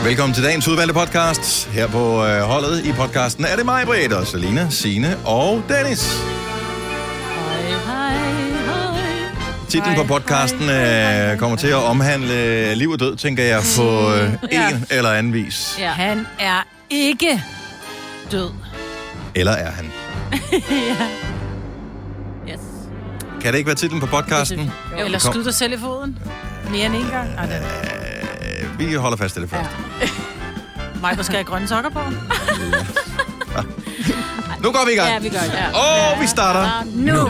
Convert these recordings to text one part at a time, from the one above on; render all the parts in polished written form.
Velkommen til dagens udvalgte podcast. Her på holdet i podcasten er det mig, Britt, og Selina, Signe og Dennis. Hej. Titlen på podcasten kommer til at omhandle liv og død, tænker jeg, på en eller anden vis. Ja. Han er ikke død. Eller er han? Ja. Yes. Kan det ikke være titlen på podcasten? Eller skyd dig selv i foden. Mere end en gang. Vi holder fast i det først. Ja. Mig, skal have grønne sokker på. Nu går vi i gang. Ja, vi gør det. Ja. Vi starter nu.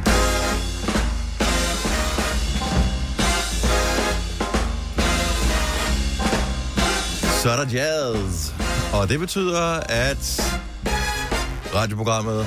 Så er der jazz. Og det betyder, at radioprogrammet...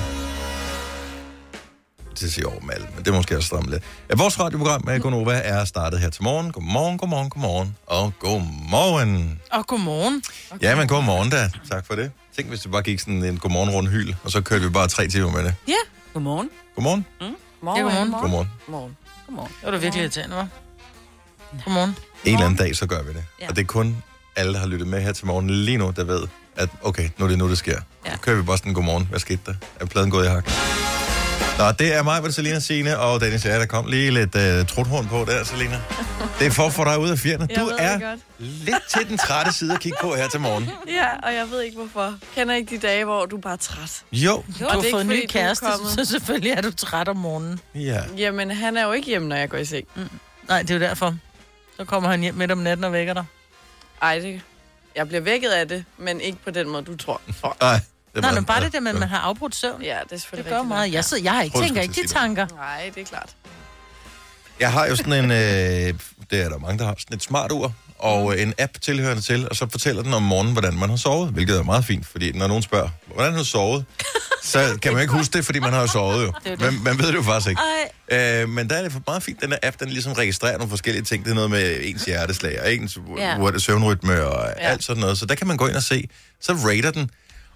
til at sige over med alt, men det er måske også stramme lidt. Ja, vores radioprogram med Gonova er startet her til morgen. Godmorgen og godmorgen. Og godmorgen. Okay. Ja, men godmorgen da. Tak for det. Tænk, hvis det bare gik sådan en godmorgen-rund hyld, og så kørte vi bare 3 timer med det. Ja, godmorgen. Godmorgen. Godmorgen. Godmorgen. Det var da virkelig irriterende, hva'? Godmorgen. En eller anden dag, så gør vi det. Ja. Og det er kun alle, der har lyttet med her til morgen lige nu, der ved, at okay, nu er det nu, det sker. Ja. Så kører vi bare sådan en godmorgen. Hvad skete der? Er pladen gået i hak? Nå, det er mig, Selina, Signe og Dennis. Ja, der kom lige lidt truthorn på der, Selina. Det er for at få dig ud af fjerne. Du er lidt til den trætte side at kigge på her til morgen. Ja, og jeg ved ikke hvorfor. Kender ikke de dage, hvor du er bare træt? Jo. Du har fået en ny kæreste, så selvfølgelig er du træt om morgenen. Ja. Jamen, han er jo ikke hjemme, når jeg går i seng. Nej, det er jo derfor. Så kommer han hjem midt om natten og vækker dig. Ej, jeg bliver vækket af det, men ikke på den måde, du tror. Nej. Nej, men bare det der med, at man har afbrudt søvn. Ja, det er selvfølgelig det gør meget. Jeg har ikke tænker ikke de tanker. Nej, det er klart. Jeg har jo sådan en, det er der mange, der har, sådan et smart ur, og en app tilhørende til, og så fortæller den om morgenen, hvordan man har sovet, hvilket er meget fint, fordi når nogen spørger, hvordan har du sovet, så kan man ikke huske det, fordi man har jo sovet jo. Man ved det jo faktisk ikke. Men der er det meget fint, den her app, den ligesom registrerer nogle forskellige ting. Det er noget med ens hjerteslag, og ens søvnrytme og alt sådan noget. Så der kan man gå ind og se, så rater den,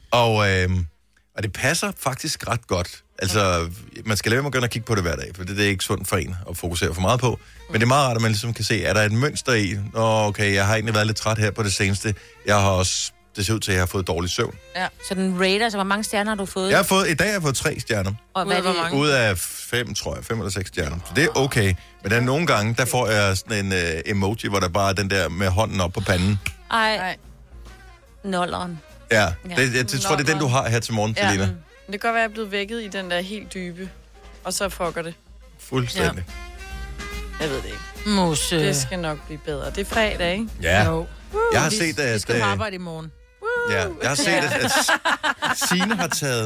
og det passer faktisk ret godt. Altså, man skal lade være med at gå ind og kigge på det hver dag, for det er ikke sundt for en at fokusere for meget på. Men det er meget rart, at man ligesom kan se, er der et mønster i? Okay, jeg har egentlig været lidt træt her på det seneste. Jeg har også, det ser ud til, at jeg har fået dårlig søvn. Ja. Så den rater, så hvor mange stjerner har du fået? I dag har jeg fået 3 stjerner. Og hvad er det? Ud af 5, tror jeg. 5 eller 6 stjerner. Så det er okay. Men der er nogle gange, der får jeg sådan en emoji, hvor der bare er den der med hånden op på panden. Ej. Nolleren. Ja, jeg tror, det er den, du har her til morgen, Selina. Det kan godt være, at jeg er blevet vækket i den der helt dybe, og så fucker det. Fuldstændig. Ja. Jeg ved det ikke. Mose. Det skal nok blive bedre. Det er fredag, ikke? Ja. Jeg har set, at... Vi skal på arbejde i morgen. Ja, jeg har set, at Signe har taget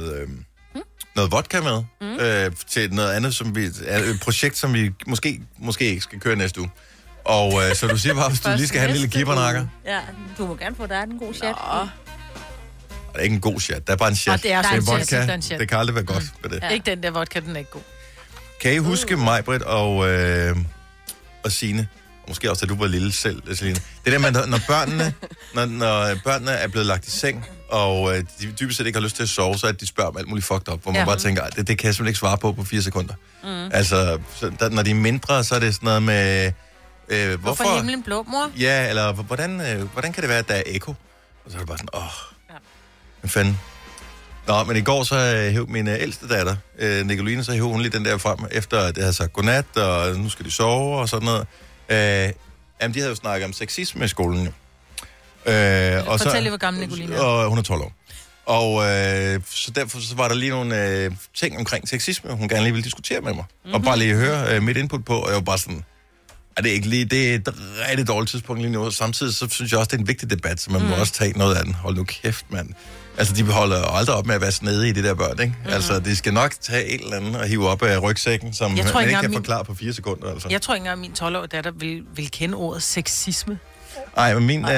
noget vodka med til noget andet, et projekt, som vi måske ikke skal køre næste uge. Og så du siger bare, hvis du lige skal have en lille kibbernakker. Ja, du må gerne få dig en god chat. Det er ikke en god chat, der er bare en chat. Det er vodka. en chat. Det kan aldrig være godt med det. Ja. Ikke den der vodka, den er ikke god. Kan I huske mig, Britt og Signe, og måske også, da du var lille selv, Selina. Det der med, når børnene er blevet lagt i seng, og de dybest set ikke har lyst til at sove, så at de spørger om alt muligt fucked up, hvor man bare tænker, det kan jeg simpelthen ikke svare på 4 sekunder. Altså, når de er mindre, så er det sådan noget med... Hvorfor er himlen blå, mor? Ja, eller hvordan kan det være, at der er ekko? Og så er det bare sådan, hvad fanden? Nå, men i går så hæv min ældste datter, Nicoline, så hæv hun lige den der frem, efter at jeg havde sagt godnat, og nu skal de sove, og sådan noget. Jamen, de havde jo snakket om sexisme i skolen, jo. Fortæl lige, hvor gammel Nicoline er. Og hun er 12 år. Og så derfor så var der lige nogle ting omkring sexisme, hun gerne lige ville diskutere med mig. Og bare lige høre mit input på, og jeg var bare sådan... Det er ikke lige, det er et rigtig dårligt tidspunkt lige nu. Samtidig så synes jeg også, det er en vigtig debat, så man må også tage noget af den. Hold nu kæft, mand. Altså, de holder aldrig op med at være snede i det der børn, ikke? Altså, de skal nok tage et eller andet og hive op af rygsækken, som man ikke kan forklare på 4 sekunder, altså. Jeg tror ikke engang, min 12-årige datter vil kende ordet sexisme. Nej, men min...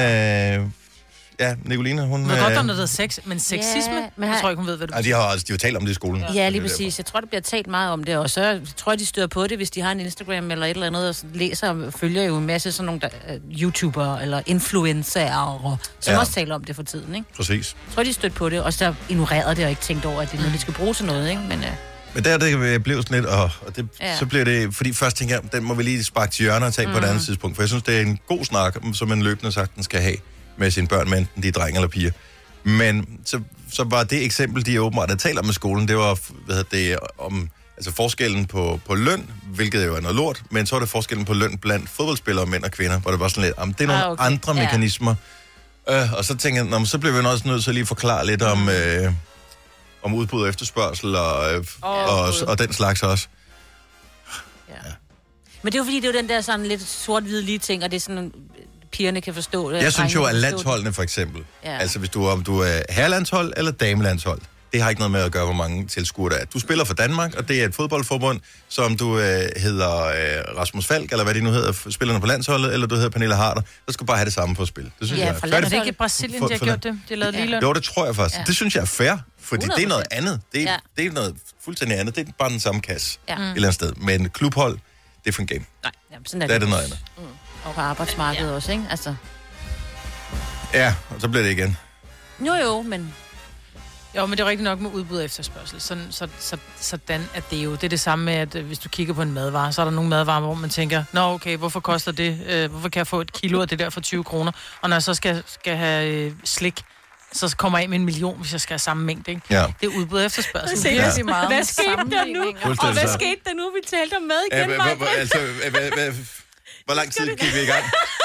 Ja, Nicoline, hun... Men godt, der er noget sex, men sexisme? Men jeg tror ikke, hun ved, hvad du betyder. De har talt om det i skolen. Ja, lige præcis. Jeg tror, der bliver talt meget om det, og så tror jeg, de støder på det, hvis de har en Instagram eller et eller andet, og læser og følger jo en masse sådan nogle YouTubere eller influencer, som også taler om det for tiden, ikke? Præcis. Jeg tror, de stødte på det, og så ignorerede det og ikke tænkt over, at det er noget, de skal bruge til noget, ikke? Men det blev sådan lidt, og det, så bliver det... Fordi først tænker jeg, den må vi lige sparke til hjørne og tage på et andet tidspunkt, for jeg synes, det er en god snak, som en løbende sagtens skal have. med sine børn, men enten de er drenge eller piger. Men så var det eksempel, de åbenbart havde talt om med skolen, det var, om altså forskellen på løn, hvilket jo er noget lort, men så var det forskellen på løn blandt fodboldspillere, mænd og kvinder, hvor det var sådan lidt, det er nogle andre mekanismer. Og så tænkte jeg, så bliver vi også nødt til at lige forklare lidt om udbud og efterspørgsel og den slags også. Ja. Men det er jo fordi, det er jo den der sådan lidt sort-hvide lige ting, og det er sådan, pigerne kan forstå det. Jeg synes jo, at landsholdene for eksempel, altså hvis du er herrelandshold eller damelandshold, det har ikke noget med at gøre, hvor mange tilskuere der er. Du spiller for Danmark, og det er et fodboldforbund, som du hedder Rasmus Falk, eller hvad det nu hedder, spillerne på landsholdet, eller du hedder Pernille Harder. Der skal bare have det samme på spil. Det synes jeg er fair. Er det ikke i Brasilien, de har gjort det? De har lavet lige løn? Jo, det tror jeg faktisk. Ja. Det synes jeg er fair, fordi 100%. Det er noget andet. Det er noget fuldstændig andet. Det er bare den samme kasse et eller andet sted. Men klubhold, det er for en game. Nej, jamen, sådan er det noget andet. Og på arbejdsmarkedet også, ikke? Altså. Ja, og så bliver det igen. Jo, men... Jo, men det er rigtigt nok med udbud og efterspørgsel. Sådan at det jo, det er det samme med, at hvis du kigger på en madvare, så er der nogle madvarer, hvor man tænker, okay, hvorfor koster det? Hvorfor kan jeg få et kilo af det der for 20 kroner? Og når jeg så skal have slik, så kommer jeg af med 1 million, hvis jeg skal have samme mængde, ikke? Ja. Det er udbud og efterspørgsel. Det er meget hvad skete der nu? Og hvad skete der nu, vi talte om mad igen, hvor lang tid gik vi i gang?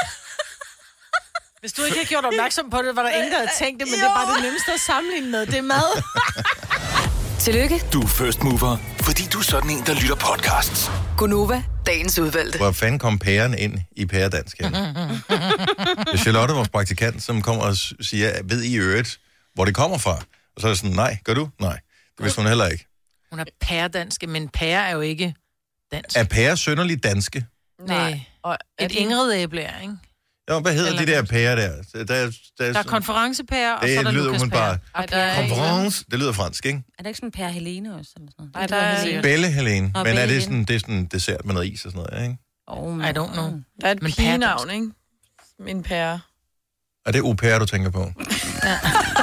Hvis du ikke havde gjort opmærksom på det, var der ingen, der havde tænkt det, men det er bare det nemmeste at sammenligne med. Det er mad. Tillykke. Du er first mover, fordi du er sådan en, der lytter podcasts. Gunova, dagens udvalgte. Hvor fanden kom pæren ind i pæredansk? Det er Charlotte, vores praktikant, som kommer og siger, ved I øvrigt, hvor det kommer fra? Og så er det sådan, nej, gør du? Nej. Det vidste hun heller ikke. Hun er pæredanske, men pære er jo ikke dansk. Er pærer synderligt danske? Nej. Og et Ingrid æble er, ikke? Jo, hvad hedder de der pærer der? Der er konferencepærer, og så er der Lukas-pærer. Konference. Det lyder fransk, ikke? Er det ikke sådan Pære Helene også? Eller sådan noget? Nej, der er Belle Helene. Men er det sådan en dessert med noget is og sådan noget, ikke? I don't know. Der er et pigenavn, ikke? En pære. Er det au pair, du tænker på? Ja.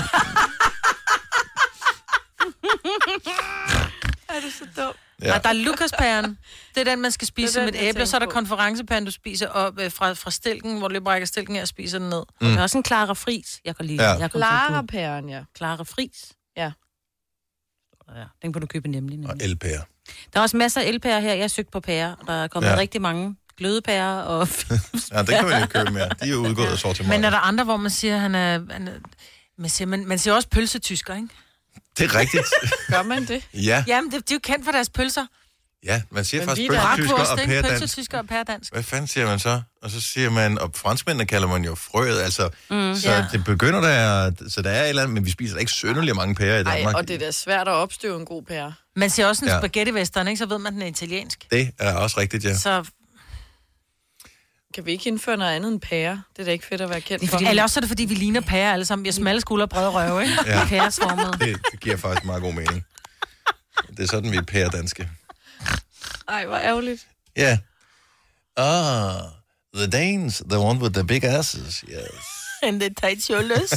Er du så dum? Ja. Nej, der er Lukas-pæren. Det er den, man skal spise med et æble, og så er der konferencepæren, du spiser op fra stilken, hvor du lige brækker stilken her og spiser den ned. Der er også en Clara Fris, jeg kan lide. Ja. Clara-pæren, ja. Clara Fris. Ja. Den kan du købe nemlig. Og elpærer. Der er også masser af elpærer her. Jeg har søgt på pærer, og der er kommet rigtig mange glødepærer og... Ja, det kan man ikke købe mere. De er jo udgået af sortiment. Men er der andre, hvor man siger, at han er... Man siger også pølsetysker, ikke? Det er rigtigt. Gør man det? Ja. Jamen, de er jo kendt for deres pølser. Ja, man siger men faktisk pølsetysker og pæredansk. Hvad fanden siger man så? Og så siger man, og franskmændene kalder man jo frøet, altså, det begynder der, så der er et eller andet, men vi spiser ikke synderligt mange pærer i Danmark. Og det er da svært at opstøve en god pære. Man siger også en spaghetti-western, ikke? Så ved man, den er italiensk. Det er også rigtigt, ja. Så... Kan vi ikke indføre noget andet end pære? Det er da ikke fedt at være kendt for. Eller også er det, fordi vi ligner pære alle sammen. Vi har smalle skuldre og brede røve, ikke? Ja. Pæresformet. Det giver faktisk meget god mening. Det er sådan, vi er pæredanske. Ej, hvor ærgerligt. Ja. The Danes, the one with the big asses, yes. And the tight shoulders.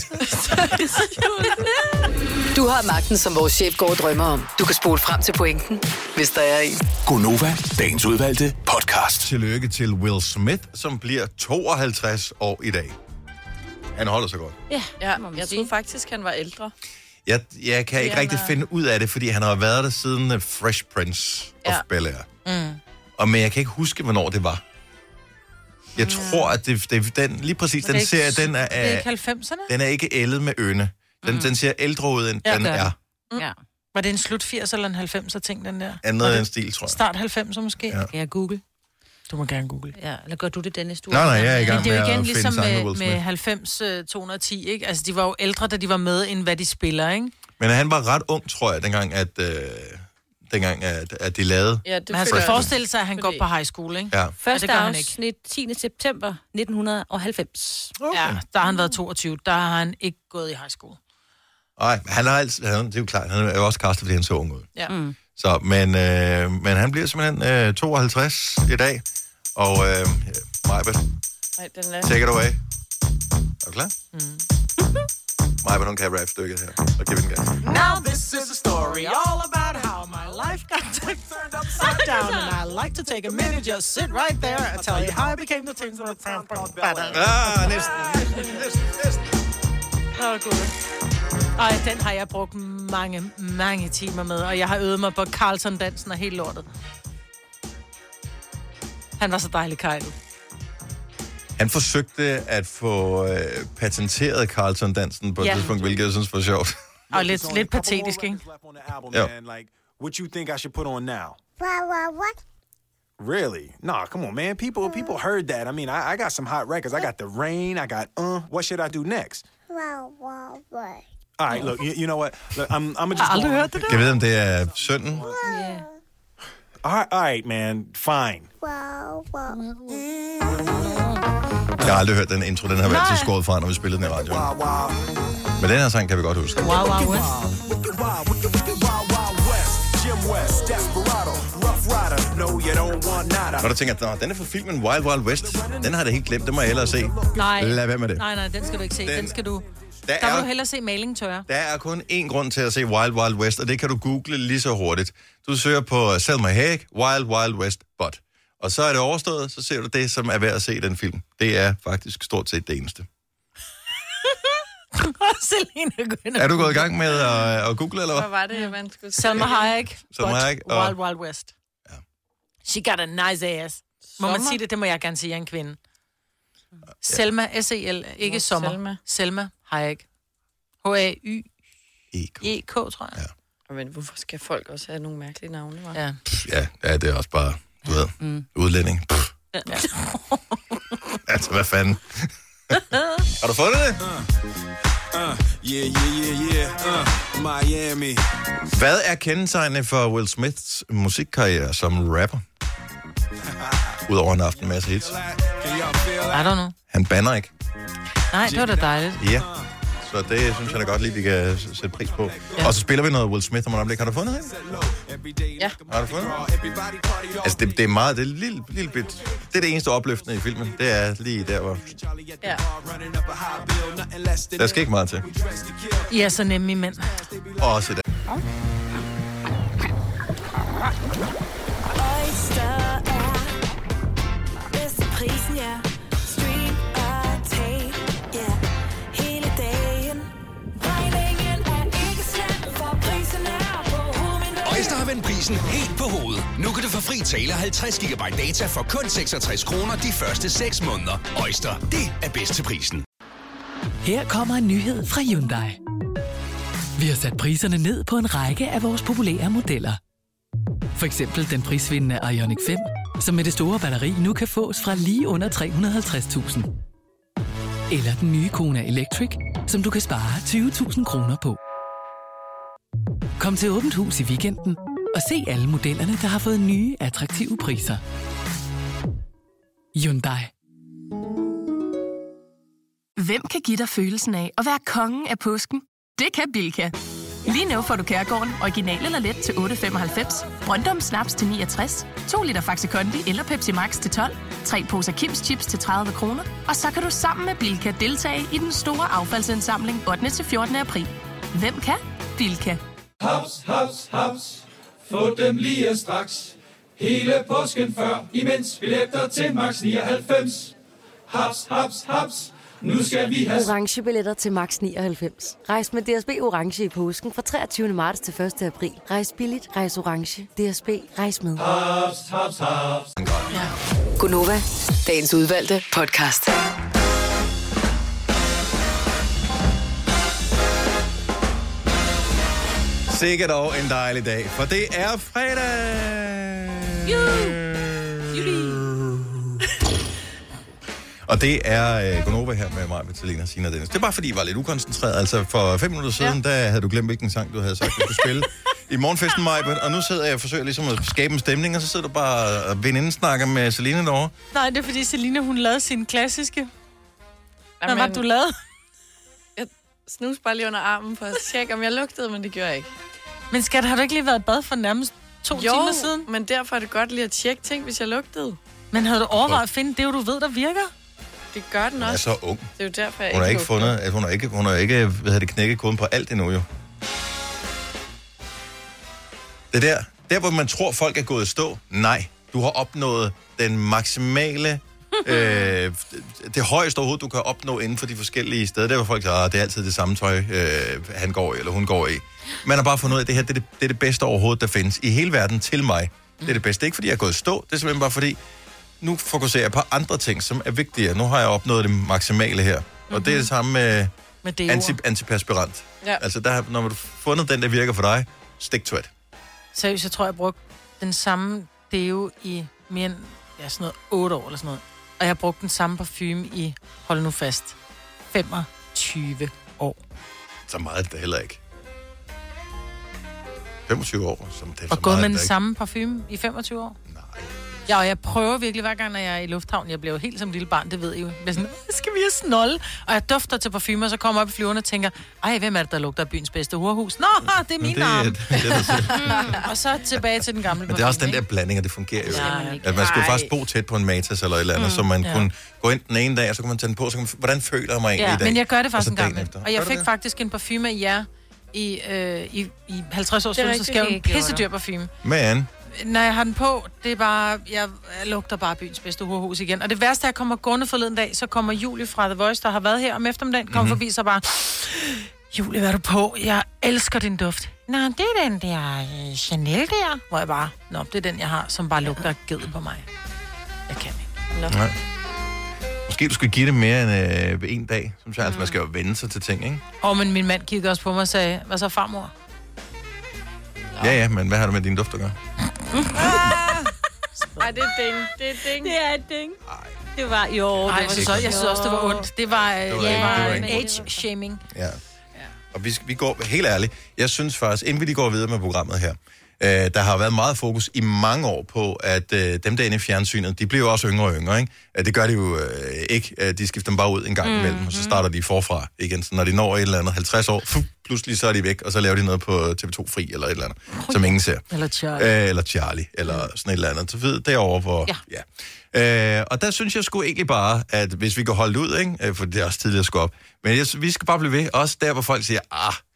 Du har magten, som vores chef går og drømmer om. Du kan spole frem til pointen, hvis der er en. Gunova, dagens udvalgte podcast. Tillykke til Will Smith, som bliver 52 år i dag. Han holder sig godt. Ja, jeg troede faktisk, han var ældre. Jeg kan ikke rigtig finde ud af det, fordi han har været der siden Fresh Prince of Bel-Air. Men jeg kan ikke huske, hvornår det var. Jeg tror, at det er den, lige præcis den serie, den er... Det er ikke 90'erne? Den er ikke ældet med øne. Den ser ældre ud, end den er. Ja. Var det en slut 80'er eller en 90'er ting, den der? Andet en stil, tror jeg. Start 90'er måske? Ja. Kan jeg google? Du må gerne google. Ja, eller gør du det, Dennis? Nej, jeg er i gang med at finde ligesom sangen med Will Smith. med 90-210, ikke? Altså, de var jo ældre, da de var med, end hvad de spiller, ikke? Men han var ret ung, tror jeg, dengang, at de lavede... Ja, det man skal forestille sig, at han går på high school, ikke? Ja. Første afsnit 10. september 1990. Okay. Ja, der har han været 22. Der har han ikke gået i high school. Nej, han har altid... Det er jo klart, han er jo også castet, fordi han så ung ud. Ja. Så, men han bliver simpelthen 52 i dag. Og Majbert, take it away. Er du klar? Majbert, hun kan rap stykket her. Og give den gas. Now this is a story all about how my life life got turned upside down, and I like to take a minute, just sit right there and tell you how I became the things that Næsten. Ej, den har jeg brugt mange timer med, og jeg har øvet mig på Carlton-dansen og helt lortet. Han var så dejlig, Kajlo. Han forsøgte at få patenteret Carlton-dansen på et tidspunkt, hvilket jeg synes var sjovt. Og lidt patetisk, ikke? Ja. What you think I should put on now? What? Really? Nah, come on, man. People heard that. I mean, I got some hot records. I got The Rain. I got What should I do next? All right, look, you know what? Look, I'm just. Jeg har aldrig hørt det der. Kan jeg vide, om det er sønnen? Yeah. All right, man. Fine. Jeg har aldrig hørt den intro, den har været så skåret fra, når vi spillede den i radioen. Men den her sang kan vi godt huske. Wow, wow, West. Når du tænker, den er fra filmen Wild Wild West, den har jeg helt glemt, den må jeg hellere se. Nej. Lad være med det. Nej, den skal du ikke se. Den skal du... Der vil du hellere se Maling tørre. Der er kun én grund til at se Wild Wild West, og det kan du google lige så hurtigt. Du søger på Selma Hayek, Wild Wild West, but. Og så er det overstået, så ser du det, som er værd at se i den film. Det er faktisk stort set det eneste. Er du gået i gang med at google, eller hvad? Hvad var det, man skulle sige? Selma Hayek, Selma Hayek og... Wild Wild West. Ja. She got a nice ass. Må man sige det? Det må jeg gerne sige, jeg er en kvinde. Ja. Selma, S-E-L, ikke sommer. Selma Hayek. H-A-Y-E-K, tror jeg. Ja. Men hvorfor skal folk også have nogle mærkelige navne, hva'? Ja. Ja, det er også bare, du ved, udlænding. Ja. Altså, hvad fanden? Har du fundet det? Miami. Hvad er kendetegnende for Will Smiths musikkarriere som rapper? Udover en aften masse hits. I don't know. Han banner ikke. Nej, det var da dejligt. Ja. Så det synes jeg da godt lige, vi kan sætte pris på. Ja. Og så spiller vi noget Will Smith om et øjeblik. Har du fundet det? Ja. Har du fundet det? Altså, det er meget... Det er lille bit... Det er det eneste opløftende i filmen. Det er lige der, hvor... Ja. Der skal ikke meget til. I er så nemme, mænd. Også det. Øjster har vendt prisen helt på hovedet. Nu kan du få fri tale 50 GB data for kun 66 kroner de første 6 måneder. Øjster, det er bedst til prisen. Her kommer en nyhed fra Hyundai. Vi har sat priserne ned på en række af vores populære modeller. For eksempel den prisvindende Ioniq 5, som med det store batteri nu kan fås fra lige under 350.000. Eller den nye Kona Electric, som du kan spare 20.000 kroner på. Kom til Åbent Hus i weekenden og se alle modellerne, der har fået nye, attraktive priser. Hyundai. Hvem kan give dig følelsen af at være kongen af påsken? Det kan Bilka. Lige nu får du Kærgården original eller let til 8,95, Brøndum Snaps til 69, 2 liter Faxi Kondi eller Pepsi Max til 12, 3 poser Kims Chips til 30 kroner, og så kan du sammen med Bilka deltage i den store affaldsindsamling 8. til 14. april. Hvem kan? Bilka. Haps, haps, haps. Få dem lige straks. Hele påsken før, imens billetter til max 99. Haps, haps, haps. Nu skal vi have orange billetter til max 99. Rejs med DSB Orange i påsken fra 23. marts til 1. april. Rejs billigt, rejs orange. DSB, rejs med. haps, haps, haps. Gunova, dagens udvalgte podcast. Sikkert dog en dejlig dag, for det er fredag! Og det er Gunova her med mig, Vitalina, Sina og Dennis. Det er bare fordi, I var lidt ukoncentreret. Altså for 5 minutter siden, der havde du glemt, hvilken sang du havde sagt, du skulle spille i morgenfesten, Majbert. Og nu sidder jeg og forsøger ligesom at skabe en stemning, og så sidder du bare og venindesnakker med Selina derovre. Nej, det er fordi Selina, hun lavede sin klassiske. Hvad var det, du lavede? Jeg snuste bare lige under armen for at tjekke, om jeg lugtede, men det gjorde jeg ikke. Men skat, har du ikke lige været i bad for nærmest 2 timer siden? Men derfor er det godt lige at tjekke ting, hvis jeg lugtede. Men havde du overvejet at finde det, du ved, der virker? Det gør den også. Hun er så ung. Det er jo derfor, jeg hun har ikke fundet, at hun har ikke knækket koden på alt endnu, jo. Det der, Der, hvor man tror, folk er gået i stå, nej. Du har opnået den maksimale, det højeste overhovedet, du kan opnå inden for de forskellige steder. Der, hvor folk siger, det er altid det samme tøj, han går i, eller hun går i. Man har bare fundet ud af, at det her det er det bedste overhovedet, der findes i hele verden til mig. Det er det bedste. Ikke fordi jeg er gået i stå, det er simpelthen bare fordi, nu fokuserer jeg på andre ting, som er vigtigere. Nu har jeg opnået det maksimale her. Og det er det samme med antiperspirant. Ja. Altså, når du har fundet den, der virker for dig, stick to it. Seriøst, jeg tror, jeg brugte den samme deo i mere end sådan noget 8 år eller sådan noget. Og jeg har brugt den samme parfume i, hold nu fast, 25 år. Så meget er det heller ikke. 25 år. Som det er og gået med den samme parfume i 25 år? Nej. Ja, og jeg prøver virkelig hver gang, når jeg er i lufthavnen. Jeg bliver jo helt som lille barn, det ved I jo. Men sådan, skal vi have snolle? Og jeg dufter til parfumer, og så kommer jeg op i flyverne og tænker, ej, hvem er det, der lugter af byens bedste horehus? Nå, det er min arm. Og så tilbage til den gamle parfume. Men det er også den der blanding, og det fungerer jo. At man skulle faktisk bo tæt på en Matas eller et eller andet, så man kunne gå ind den ene dag, og så kunne man tage den på, så kunne man, hvordan føler jeg mig egentlig i dag? Men jeg gør det faktisk en gang. Og jeg fik faktisk en parfume af jer i 50 års fødselsdagsgave. En pissedyr parfume. Men når jeg har den på, det er bare, jeg lugter bare byens bedste horehus igen. Og det værste er, at jeg kommer gående forleden dag, så kommer Julie fra The Voice, der har været her om eftermiddagen, kommer forbi, så bare, Julie, hvad er du på? Jeg elsker din duft. Nå, det er den der Chanel der. Hvor jeg bare, det er den, jeg har, som bare lugter ged på mig. Jeg kan ikke. Nej. Måske du skulle give det mere end en dag, synes jeg. Altså, man skal jo vende sig til ting, ikke? Men min mand kiggede også på mig og sagde, hvad så farmor? Ja, men hvad har du med din duft at gøre? Ej, det er ding. Det er ding. Det er et ding. Det var jeg synes også, det var ondt. Det var en age-shaming. Ja. Og vi går helt ærligt. Jeg synes faktisk, inden vi lige går videre med programmet her, der har været meget fokus i mange år på, at dem, der er inde i fjernsynet, de bliver jo også yngre og yngre, ikke? Det gør de jo ikke. De skifter dem bare ud en gang imellem, og så starter de forfra igen. Så når de når et eller andet 50 år, pludselig så er de væk, og så laver de noget på TV2 Fri eller et eller andet, som ingen ser. Eller Charlie, eller sådan et eller andet. Så ved derovre, hvor... Ja. Og der synes jeg sgu egentlig bare, at hvis vi kan holde ud, ikke? For det er også tidligere at skubbe op, men vi skal bare blive ved, også der, hvor folk siger,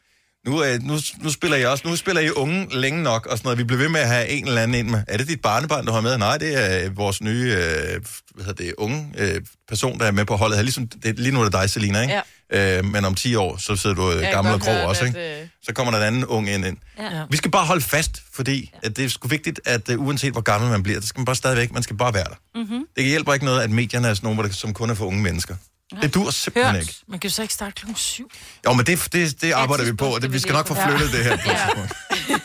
nu spiller I unge længe nok, og sådan noget. Vi bliver ved med at have en eller anden ind med. Er det dit barnebarn, du har med? Nej, det er vores nye unge person, der er med på holdet her. Ligesom, lige nu er det dig, Selina, ikke? Ja. Men om 10 år, så sidder du gammel og grå også, ikke? Så kommer der en anden ung ind. Ja. Vi skal bare holde fast, fordi at det er sgu vigtigt, at uanset hvor gammel man bliver, så skal man bare stadigvæk, man skal bare være der. Mm-hmm. Det hjælper ikke noget, at medierne er sådan nogle, som kun er for unge mennesker. Det dur simpelthen ikke. Man kan jo så ikke starte klokken 7. Jo, men det arbejder vi på, og vi skal nok få flyttet det her på et tidspunkt.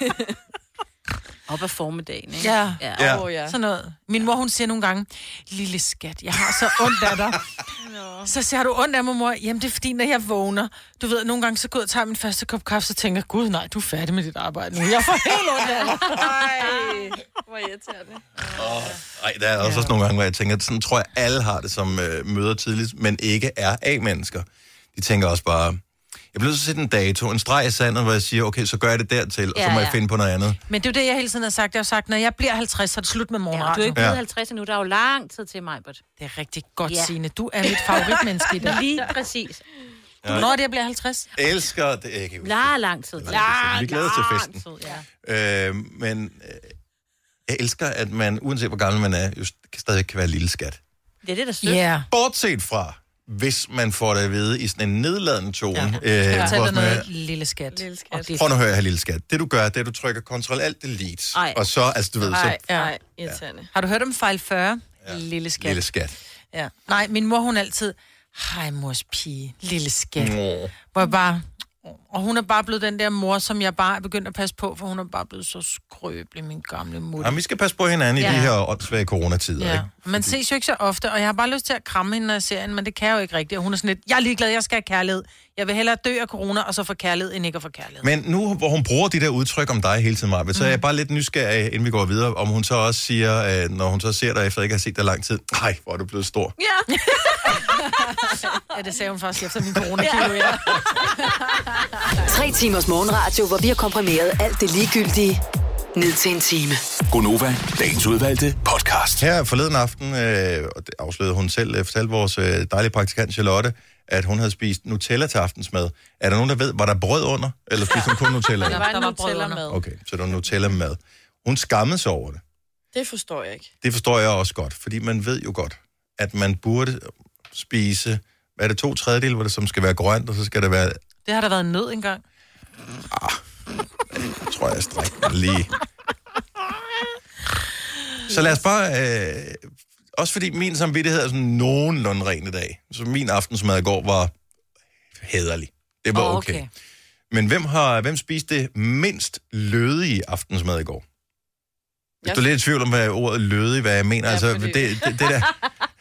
Op ad formiddagen, ikke? Ja. Sådan noget. Min mor, hun siger nogle gange, lille skat, jeg har så ondt af dig. Så siger du ondt af mig, mor? Jamen, det er fordi, når jeg vågner, du ved, nogle gange så går jeg og tager min første kop kaffe, så tænker jeg, gud nej, du er færdig med dit arbejde nu. Jeg får helt ondt af dig. Ej, hvor irriterende. Ej, der er også nogle gange, hvor jeg tænker, sådan tror jeg, alle har det, som møder tidligt, men ikke er A-mennesker. De tænker også bare, jeg bliver så sætte en dato, en streg i sandet, hvor jeg siger, okay, så gør jeg det dertil, og så må jeg finde på noget andet. Men det er jo det, jeg hele tiden har sagt. Jeg har sagt, når jeg bliver 50, så er det slut med morgenradio. Du er ikke blevet 50 endnu, der er jo lang tid til mig, Bert. Det er rigtig godt, Signe. Du er mit favoritmenneske i det. Lige præcis. Når det jeg bliver 50? Elsker det. Jeg kan lang tid. Vi glæder til festen. Men jeg elsker, at man, uanset hvor gammel man er, just stadig kan være lille skat. Det er det, der sødt. Bortset fra, hvis man får det at vide i sådan en nedladende tone. Jeg tager noget lille skat. Prøv nu at høre her, lille skat. Det du gør, det er, at du trykker Ctrl Alt Delete. Og så, altså du ved, så... irriterende. Har du hørt om fejl 40? Lille skat. Lille skat. Ja. Nej, min mor, hun altid, hej mors pige, lille skat. Hvor jeg bare... Og hun er bare blevet den der mor, som jeg bare er begyndt at passe på, for hun er bare blevet så skrøbelig, min gamle mutter. Jamen, vi skal passe på hinanden i de her åndssvage coronatider, ikke? Man ses jo ikke så ofte, og jeg har bare lyst til at kramme hende, når jeg ser hende, men det kan jeg jo ikke rigtigt. Og hun er sådan lidt, jeg er ligeglad, jeg skal have kærlighed. Jeg vil hellere dø af corona, og så få kærlighed, end ikke at få kærlighed. Men nu, hvor hun bruger de der udtryk om dig hele tiden, Marve, så er jeg bare lidt nysgerrig, inden vi går videre, om hun så også siger, når hun så ser dig efter ikke at have set dig lang tid, nej, hvor er du blevet stor. Ja. Ja, det sagde hun faktisk efter min coronakilo, ja. 3 timers morgenradio, hvor vi har komprimeret alt det ligegyldige ned til en time. Gonova, dagens udvalgte podcast. Her forleden aften, og det afslørede hun selv, fortalte vores dejlige praktikant Charlotte, at hun havde spist Nutella til aftensmad. Er der nogen, der ved, var der brød under? Eller spiste hun kun Nutella? Der var Nutella med. Okay, så der var Nutella med. Hun skammede sig over det. Det forstår jeg ikke. Det forstår jeg også godt, fordi man ved jo godt, at man burde spise, hvad er det, 2/3, hvor det som skal være grønt, og så skal det være... Det har der været nød engang. Jeg tror, jeg strækker lige. Så lad os bare... også fordi min samvittighed er sådan nogenlunde ren i dag. Så min aftensmad i går var hæderlig. Det var okay. Men hvem spiste det mindst lødige aftensmad i går? Hvis du er lidt i tvivl om, hvad ordet lødig, hvad jeg mener, ja, altså det der...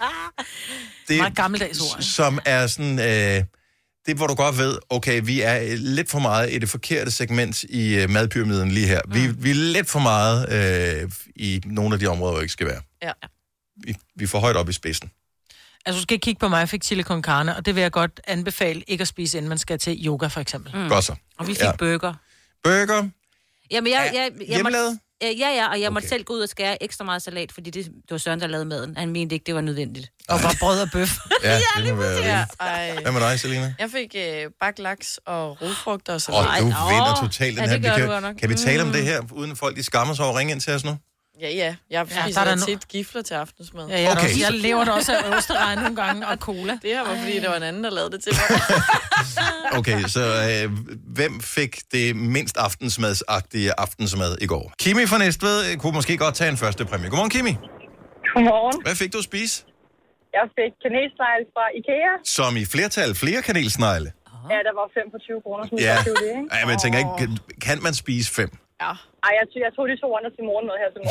Det meget gammeldags ord. Som er sådan... det, hvor du godt ved, okay, vi er lidt for meget i det forkerte segment i madpyramiden lige her. Vi er lidt for meget i nogle af de områder, hvor vi ikke skal være. Ja. Vi er for højt op i spidsen. Altså, du skal kigge på mig, jeg fik chili con carne, og det vil jeg godt anbefale ikke at spise, inden man skal til yoga, for eksempel. Godt så. Og vi fik burger. Burger? Jamen, jeg hjemmelavet? Og jeg måtte selv gå ud og skære ekstra meget salat, fordi det var Søren, der lavede maden. Han mente ikke, det var nødvendigt. Og bare brød og bøf. Ja, det må være Hvad med dig, Selina? Jeg fik bagt laks og rugfrugter og så du vinder totalt den her. Kan vi tale om det her, uden folk de skammer sig over at ringe ind til os nu? Ja. Jeg spiser tit gifler til aftensmad. Ja, jeg lever da også af osteregn nogle gange og cola. Det her var, fordi det var en anden, der lavede det til mig. Okay, så hvem fik det mindst aftensmadsagtige aftensmad i går? Kimi fra Næstved kunne måske godt tage en første præmie. Godmorgen, Kimi. Godmorgen. Hvad fik du at spise? Jeg fik kanelsnegle fra IKEA. Som i flertal flere kanelsnegle? Ja, der var 5 for 20 kroner. Ja, men jeg tænker ikke, kan man spise 5? Ja. Ej, jeg tog de 2 andre til morgenmad her til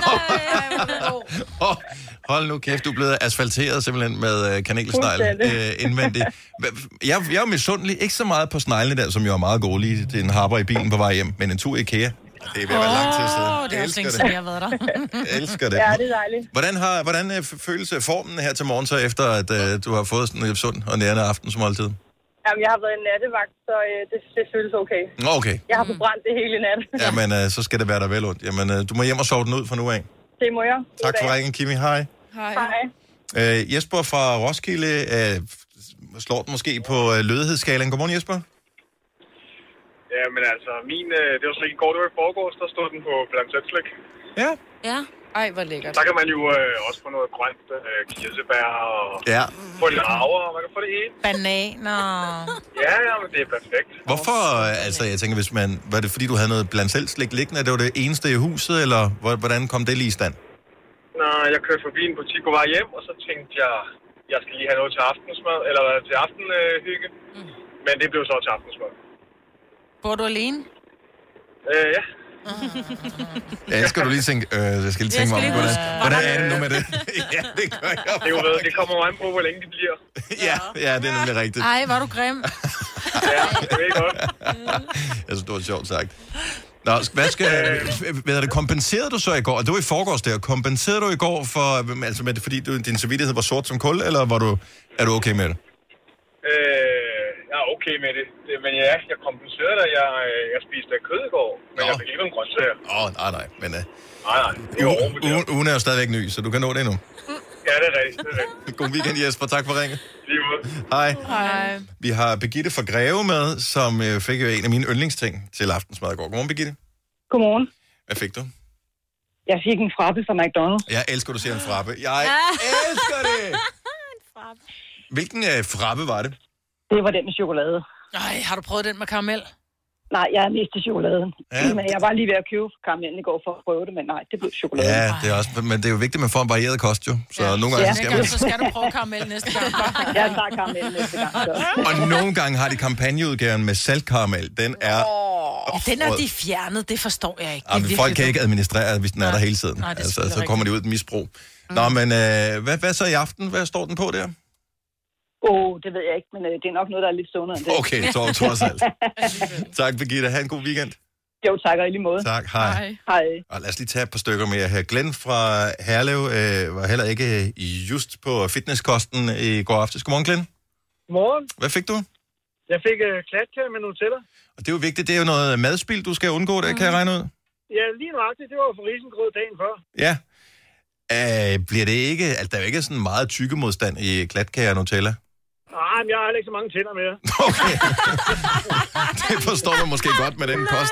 morgen. Hold nu kæft, du er blevet asfalteret simpelthen med kanelsnegle indvendigt. Jeg er jo misundelig, ikke så meget på sneglene der, som jo er meget gode lige. Det er en harper i bilen på vej hjem, men en tur i IKEA. Det er ved at være lang tid siden. Det er også længe siden, jeg har været der. Jeg elsker det. Ja, det er dejligt. Hvordan føles formen her til morgen, så efter at du har fået sådan et sund og nærende aftensmåltid? Jamen, jeg har været i nattevagt, så det føles okay. Okay. Jeg har forbrændt det hele nat. Jamen, så skal det være der vel ondt. Jamen, du må hjem og sove den ud fra nu af. Det må jeg. Tak for ringen, Kimi. Hej. Hej. Jesper fra Roskilde slår den måske på lødighedsskalaen. Godmorgen, Jesper. Ja, men altså, det var så ikke går, det var i forgårs, der stod den på blancetslæg. Ja. Ej, hvor lækkert. Så kan man jo også få noget grønt, kirsebær og få lidt rager, og man kan få det hele. Bananer. Ja, men det er perfekt. Hvorfor, altså jeg tænker, var det fordi du havde noget blancetslæg liggende, det var det eneste i huset, eller hvordan kom det lige i stand? Nej, jeg kørte forbi en butik på vej hjem, og så tænkte jeg skal lige have noget til aftensmad, eller til aftenhygge. Men det blev så til aftensmad. Bor du alene? Ja. Jeg elsker du lige tænke, jeg skal lige tænke mig om, hvordan er det nu med det? Ja, det gør jeg. Det kommer an på, hvor længe det bliver. Ja, det er nemlig rigtigt. Ej, var du grim. Ja, det er godt. Jeg synes, det var sjovt sagt. Nå, kompenserede du så i går? Det var i forgårs der. Kompenserede du i går for, altså med det, fordi din samvittighed var sort som kul, eller er du okay med det? Jeg er okay med det. Men ja, jeg kompenserede dig. Jeg spiste kød i går, men jeg fik ikke nogen grøntsager. Nej. Men, nej. Ugen er jo stadigvæk ny, så du kan nå det endnu. Ja, det er rigtigt. God weekend, Jesper. Tak for ringet. Lige måde. Hej. Vi har Birgitte fra Greve med, som fik jo en af mine yndlingsting til aftensmad i går. Godmorgen, Birgitte. Godmorgen. Hvad fik du? Jeg fik en frappe fra McDonald's. Jeg elsker, du siger en frappe. Jeg elsker det! En frappe. Hvilken frappe var det? Det var den med chokolade. Ej, har du prøvet den med karamel? Nej, jeg er mest til chokoladen. Ja. Men jeg var lige ved at købe karamellen i går for at prøve det, men nej, det blev chokolade. Ja, det er også, men det er jo vigtigt, at man får en varieret kost, jo. Så nogle gange så skal du prøve karamel næste gang. Jeg tager karamel næste gang. Så. Og nogle gange har de kampagneudgaven med saltkaramel. Den er... Den er de fjernet, det forstår jeg ikke. Folk kan ikke administrere, hvis den er der hele tiden. Nej, altså, så kommer de ud et misbrug. Nå, men hvad så i aften? Hvad står den på der? Det ved jeg ikke, men det er nok noget, der er lidt sundere end det. Okay, trods alt. Tak, Birgitte. Ha' en god weekend. Jo, tak og i lige måde. Tak, hej. Og lad os lige tage et par stykker mere her. Glenn fra Herlev var heller ikke just på fitnesskosten i går aftes. Godmorgen, Glenn. Godmorgen. Hvad fik du? Jeg fik klatkager med Nutella. Og det er jo vigtigt. Det er jo noget madspil, du skal undgå, det kan jeg regne ud. Ja, lige nøjagtigt. Det var for risengrød dagen før. Ja. Bliver det ikke... Altså, der er jo ikke sådan meget tykkemodstand i klatkager og Nutella? men jeg har ikke så mange tænder mere. Okay. Det forstår man måske godt med den kost.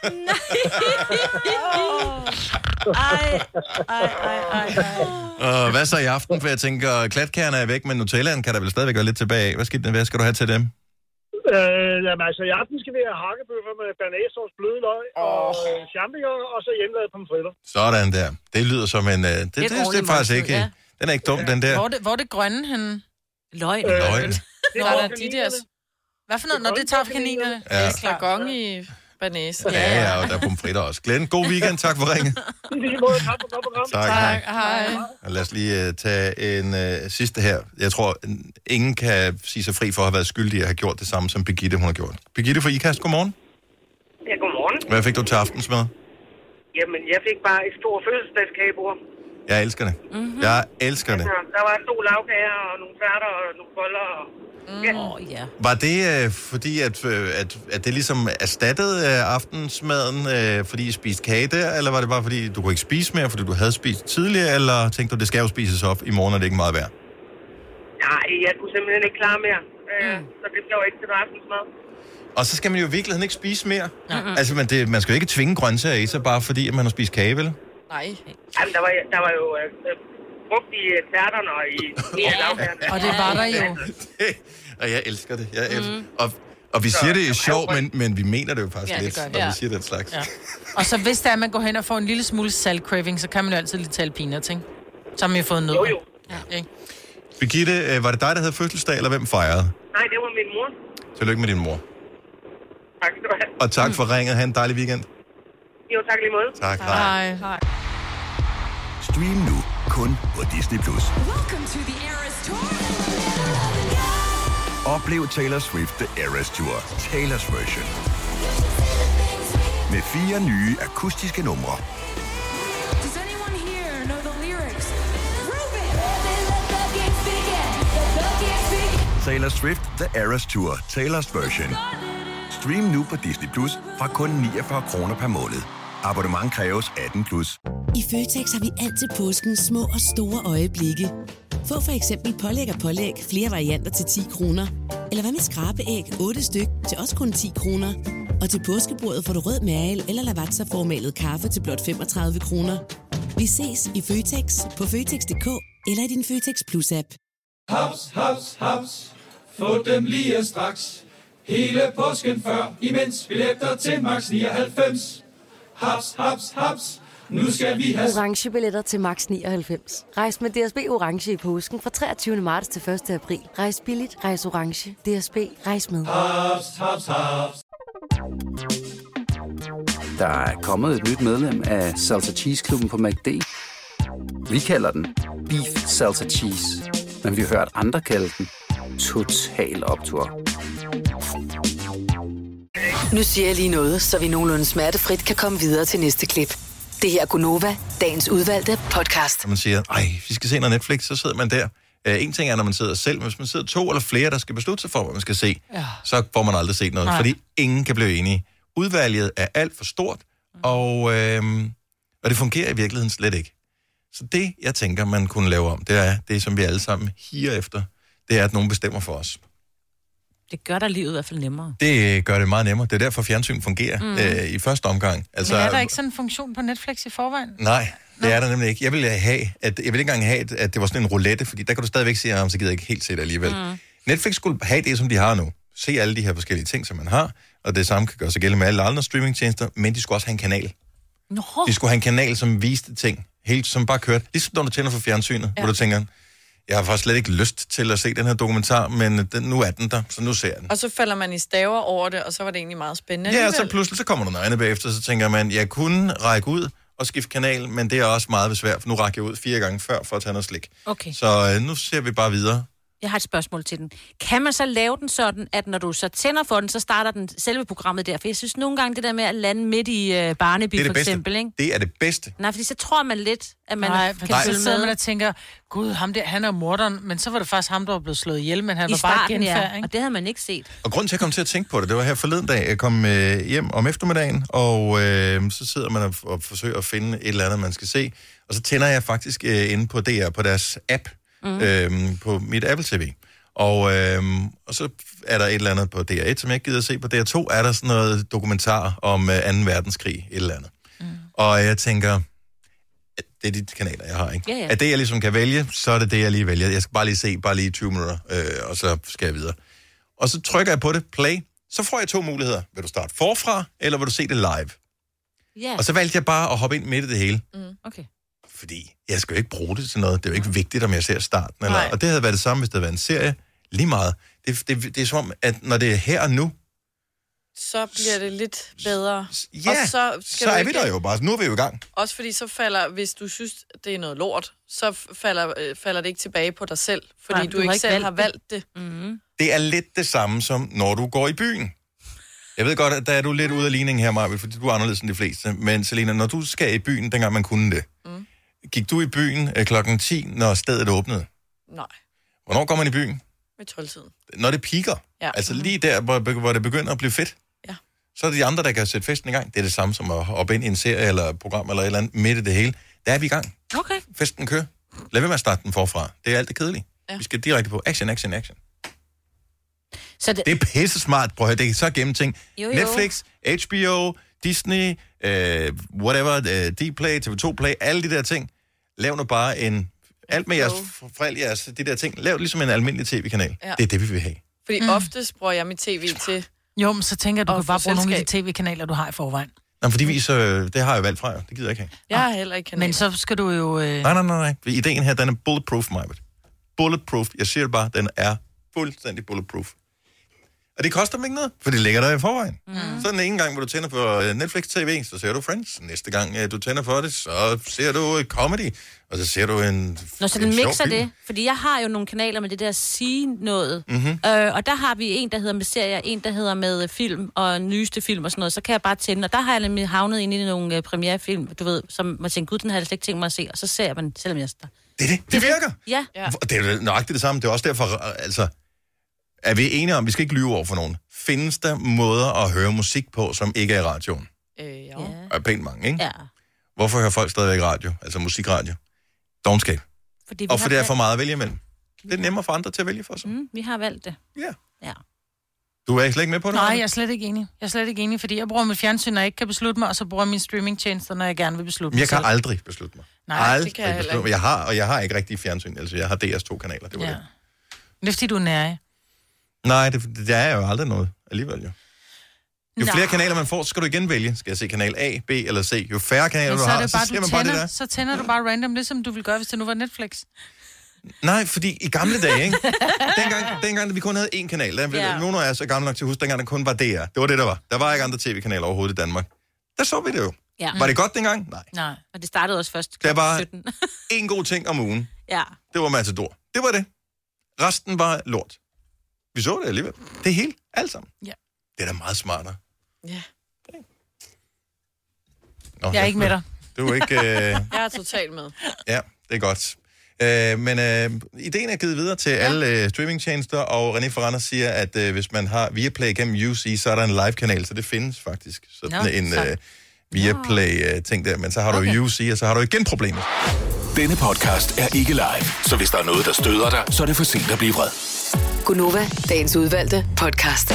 Hvad så i aften? For jeg tænker, klatkærne er væk, men Nutellaen kan der vel stadigvæk være lidt tilbage af. Hvad skal du have til dem? Jamen altså, i aften skal vi have hakkebøffer med bearnaisesauce, bløde løg og champignon, og så hjemmelavet pomfritter. Sådan der. Det lyder som en... Det er faktisk ikke... Ja. Den er ikke dum, den der. Hvor er det grønne henne? Løgn. Det er de der... Hvad for noget? Når det tager kaninerne? Ja. Det er slagong i banæs. Ja, og der er pomfritter også. Glenn, god weekend. Tak for ringen. Tak. Hej. Og lad os lige tage en sidste her. Jeg tror, ingen kan sige sig fri for at have været skyldig at have gjort det samme, som Birgitte hun har gjort. Birgitte fra IKAST, godmorgen. Ja, godmorgen. Hvad fik du til aftensmad? Jamen, jeg fik bare et stort fødselsdagskagebord. Jeg elsker det. Mm-hmm. Jeg elsker det. Altså, der var 2 lavkager og nogle færter og nogle boller. Ja. Var det fordi, at det ligesom erstattede aftensmaden, fordi I spiste kage der, eller var det bare fordi, du kunne ikke spise mere, fordi du havde spist tidligere, eller tænkte du, det skal jo spises op i morgen, er det ikke meget værd? Nej, jeg kunne simpelthen ikke klare mere. Så det blev ikke til aftensmad. Og så skal man jo i virkeligheden ikke spise mere. Altså, man skal jo ikke tvinge grøntsager i sig, bare fordi at man har spist kage, vel? Nej. Jamen, der var jo brugt i tærterne og i lavkagerne. Og det var der jo. Og jeg elsker det. Og vi siger det er sjovt, men vi mener det jo faktisk lidt, når vi siger den slags. Ja. Og så hvis der er, man går hen og får en lille smule saltcraving, så kan man jo altid lige tale peanuts, ikke? Så har man jo fået nødder. Jo. Ja. Ikke? Birgitte, var det dig, der havde fødselsdag, eller hvem fejrede? Nej, det var min mor. Tillykke med din mor. Tak skal du have. Og tak for ringet. Ha' en dejlig weekend. Jo, tak lige måde. Tak, hej. Stream nu kun på Disney+. Oplev Taylor Swift The Eras Tour, Taylor's version. Med 4 nye akustiske numre. Taylor Swift The Eras Tour, Taylor's version. Stream nu på Disney Plus fra kun 49 kroner per måned. Abonnement kræves 18+. I Føtex har vi altid påskens små og store øjeblikke. Få for eksempel pålæg flere varianter til 10 kroner. Eller hvad med skrabeæg 8 styk til også kun 10 kroner. Og til påskebordet får du rød mal eller lavatserformalet kaffe til blot 35 kroner. Vi ses i Føtex på Føtex.dk eller i din Føtex Plus-app. Haps, haps, haps. Få dem lige straks. Hele påsken før, imens billetter til max 99. Haps, haps, haps. Nu skal vi have orange billetter til max 99. Rejs med DSB orange i påsken fra 23. marts til 1. april. Rejs billigt, rejs orange. DSB, rejs med. haps, haps, haps. Der er kommet et nyt medlem af Salsa Cheese Klubben på McD. Vi kalder den Beef Salsa Cheese, men vi har hørt andre kalde den Total Optur. Nu siger jeg lige noget, så vi nogenlunde smertefrit kan komme videre til næste klip. Det her er Gunova, dagens udvalgte podcast. Når man siger, vi skal se noget Netflix, så sidder man der. En ting er, når man sidder selv, men hvis man sidder 2 eller flere, der skal beslutte sig for, hvad man skal se, så får man aldrig set noget, fordi ingen kan blive enige. Udvalget er alt for stort, og det fungerer i virkeligheden slet ikke. Så det, jeg tænker, man kunne lave om, det er det, som vi alle sammen higer efter, det er, at nogen bestemmer for os. Det gør der livet i hvert fald nemmere. Det gør det meget nemmere. Det er derfor, fjernsyn fungerer i første omgang. Altså, men er der ikke sådan en funktion på Netflix i forvejen? Nej, det er der nemlig ikke. Jeg vil ikke engang have, at det var sådan en roulette, fordi der kan du stadigvæk sige, at så gider jeg ikke helt se det alligevel. Netflix skulle have det, som de har nu. Se alle de her forskellige ting, som man har, og det samme kan gøre sig gældende med alle andre streamingtjenester, men de skulle også have en kanal. De skulle have en kanal, som viste ting, helt som bare kørte. Ligesom når du tænder for fjernsynet, hvor du tænker, jeg har faktisk slet ikke lyst til at se den her dokumentar, men nu er den der, så nu ser jeg den. Og så falder man i staver over det, og så var det egentlig meget spændende. Ja, og så pludselig så kommer der noget andet bagefter, så tænker man, jeg kunne række ud og skifte kanal, men det er også meget besvært, for nu rækker jeg ud 4 gange før for at tage noget slik. Okay. Så nu ser vi bare videre. Jeg har et spørgsmål til den. Kan man så lave den sådan, at når du så tænder for den, så starter den selve programmet der? For jeg synes nogle gange, det der med at lande midt i Barnaby for eksempel, ikke? Det er det bedste. Nej, fordi så tror man lidt, at man kan følge med. Man tænker, gud, ham der, han er morderen, men så var det faktisk ham, der var blevet slået ihjel, men han var starten, bare genfærd, ikke? Og det havde man ikke set. Og grunden til, at jeg kom til at tænke på det, det var her forleden dag. Jeg kom hjem om eftermiddagen, og så sidder man og forsøger at finde et eller andet, man skal se. Og så tænder jeg faktisk inde på DR, på deres app, på mit Apple TV. Og så er der et eller andet på DR1, som jeg ikke gider at se. På DR2 er der sådan noget dokumentar om 2. verdenskrig, et eller andet. Og jeg tænker, det er de kanaler, jeg har, ikke? Ja. At det, jeg ligesom kan vælge, så er det det, jeg lige vælger. Jeg skal bare lige se, bare lige 20 minutter, og så skal jeg videre. Og så trykker jeg på det, play, så får jeg 2 muligheder. Vil du starte forfra, eller vil du se det live? Ja. Og så valgte jeg bare at hoppe ind midt i det hele. Okay. Fordi jeg skal jo ikke bruge det til noget. Det er jo ikke vigtigt, om jeg ser starten. Eller, og det havde været det samme, hvis det havde været en serie. Lige meget. Det er som om, at når det er her og nu, så bliver det lidt bedre. Ja, og så er vi der jo bare. Nu er vi jo i gang. Også fordi så falder, hvis du synes, det er noget lort, så falder det ikke tilbage på dig selv, fordi du ikke selv har valgt det. Mm. Det er lidt det samme som, når du går i byen. Jeg ved godt, at der er du lidt ude af ligningen her, Marvind, fordi du er anderledes end de fleste. Men Selina, når du skal i byen, dengang man kunne det, gik du i byen klokken 10, når stedet åbnede? Nej. Hvornår går man i byen? Ved 12-tiden. Når det piker. Ja. Altså lige der, hvor det begynder at blive fedt. Ja. Så er det de andre, der kan sætte festen i gang. Det er det samme som at hoppe ind i en serie eller et program eller et eller andet midt i det hele. Der er vi i gang. Okay. Festen kører. Lad være med at starte den forfra. Det er alt det kedelige. Ja. Vi skal direkte på action, action, action. Så det er pisse smart, prøv at høre. Det er så gennemtænkt. Jo. Netflix, HBO, Disney, whatever, Dplay, TV2 Play, alle de der ting. Lav nu bare alt med jeres forældre, de der ting. Lav ligesom en almindelig tv-kanal. Ja. Det er det, vi vil have. Fordi oftest bruger jeg mit tv til... Jo, men så tænker jeg, du kan bare bruge nogle af de tv-kanaler, du har i forvejen. Nå, for de viser, det har jeg valgt fra, jo. Det gider jeg ikke have. Jeg har heller ikke kanaler. Men så skal du jo... Nej. Ideen her, den er bulletproof, Majbert. Bulletproof. Jeg siger det bare, den er fuldstændig bulletproof. Og det koster dem ikke noget, for det ligger der i forvejen. Så den ene gang, hvor du tænder for Netflix-TV, så ser du Friends. Næste gang, du tænder for det, så ser du et comedy, og så ser du en Nå, så den mixer det. Fordi jeg har jo nogle kanaler med det der sige noget. Og der har vi en, der hedder med serier, en, der hedder med film og nyeste film og sådan noget. Så kan jeg bare tænde, og der har jeg nemlig havnet ind i nogle premierefilm, du ved, som man tænker, gud, den har jeg slet ikke tænkt mig at se, og så ser man, selvom jeg er Det virker. Ja. Det er jo nøjagtigt det samme. Det er også derfor, altså... Er vi enige om, vi skal ikke lyve over for nogen? Findes der måder at høre musik på, som ikke er i radioen? Ja. Er pænt mange, ikke? Ja. Hvorfor hører folk stadigvæk radio? Altså musikradio? Dogenskab. Fordi det er for meget at vælge imellem. Det er nemmere for andre til at vælge for sig. Vi har valgt det. Ja. Du er slet ikke med på det? Nej, jeg er slet ikke enig. Fordi jeg bruger mit fjernsyn, når jeg ikke kan beslutte mig, og så bruger jeg mine streamingtjenester, når jeg gerne vil beslutte mig. Jeg kan aldrig beslutte mig. Nej, det kan jeg heller ikke. Jeg har ikke rigtig fjernsyn. Altså, jeg har DS2-kanaler. Det var det. Det er fordi, du er nære. Nej, det er jo aldrig noget alligevel, jo. Jo flere kanaler man får, så skal du igen vælge. Skal jeg se kanal A, B eller C? Jo færre kanaler du har, så ser man bare det der. Så tænder du bare random, ligesom du ville gøre, hvis det nu var Netflix. Nej, fordi i gamle dage, ikke? dengang vi kun havde én kanal. Nogen af jer er så gamle nok til at huske, dengang der kun var DR. Det var det, der var. Der var ikke andre tv-kanaler overhovedet i Danmark. Der så vi det jo. Ja. Var det godt dengang? Nej. Og det startede også først kl. 17. Der var 17. én god ting om ugen. Ja. Det var Matador. Det var det. Resten var lort. Vi så det alligevel. Det er helt, alt sammen. Ja. Det er da meget smartere. Ja. Nå, jeg er ikke med dig. Du er ikke... Jeg er totalt med. Ja, det er godt. Men ideen er givet videre til alle streamingtjenester, og René Ferrander siger, at hvis man har Viaplay gennem UC, så er der en live-kanal, så det findes faktisk. Sådan en Viaplay-ting der, men så har du UC, og så har du igen problemet. Denne podcast er ikke live, så hvis der er noget, der støder dig, så er det for sent at blive vred. Gunova, dagens udvalgte podcast.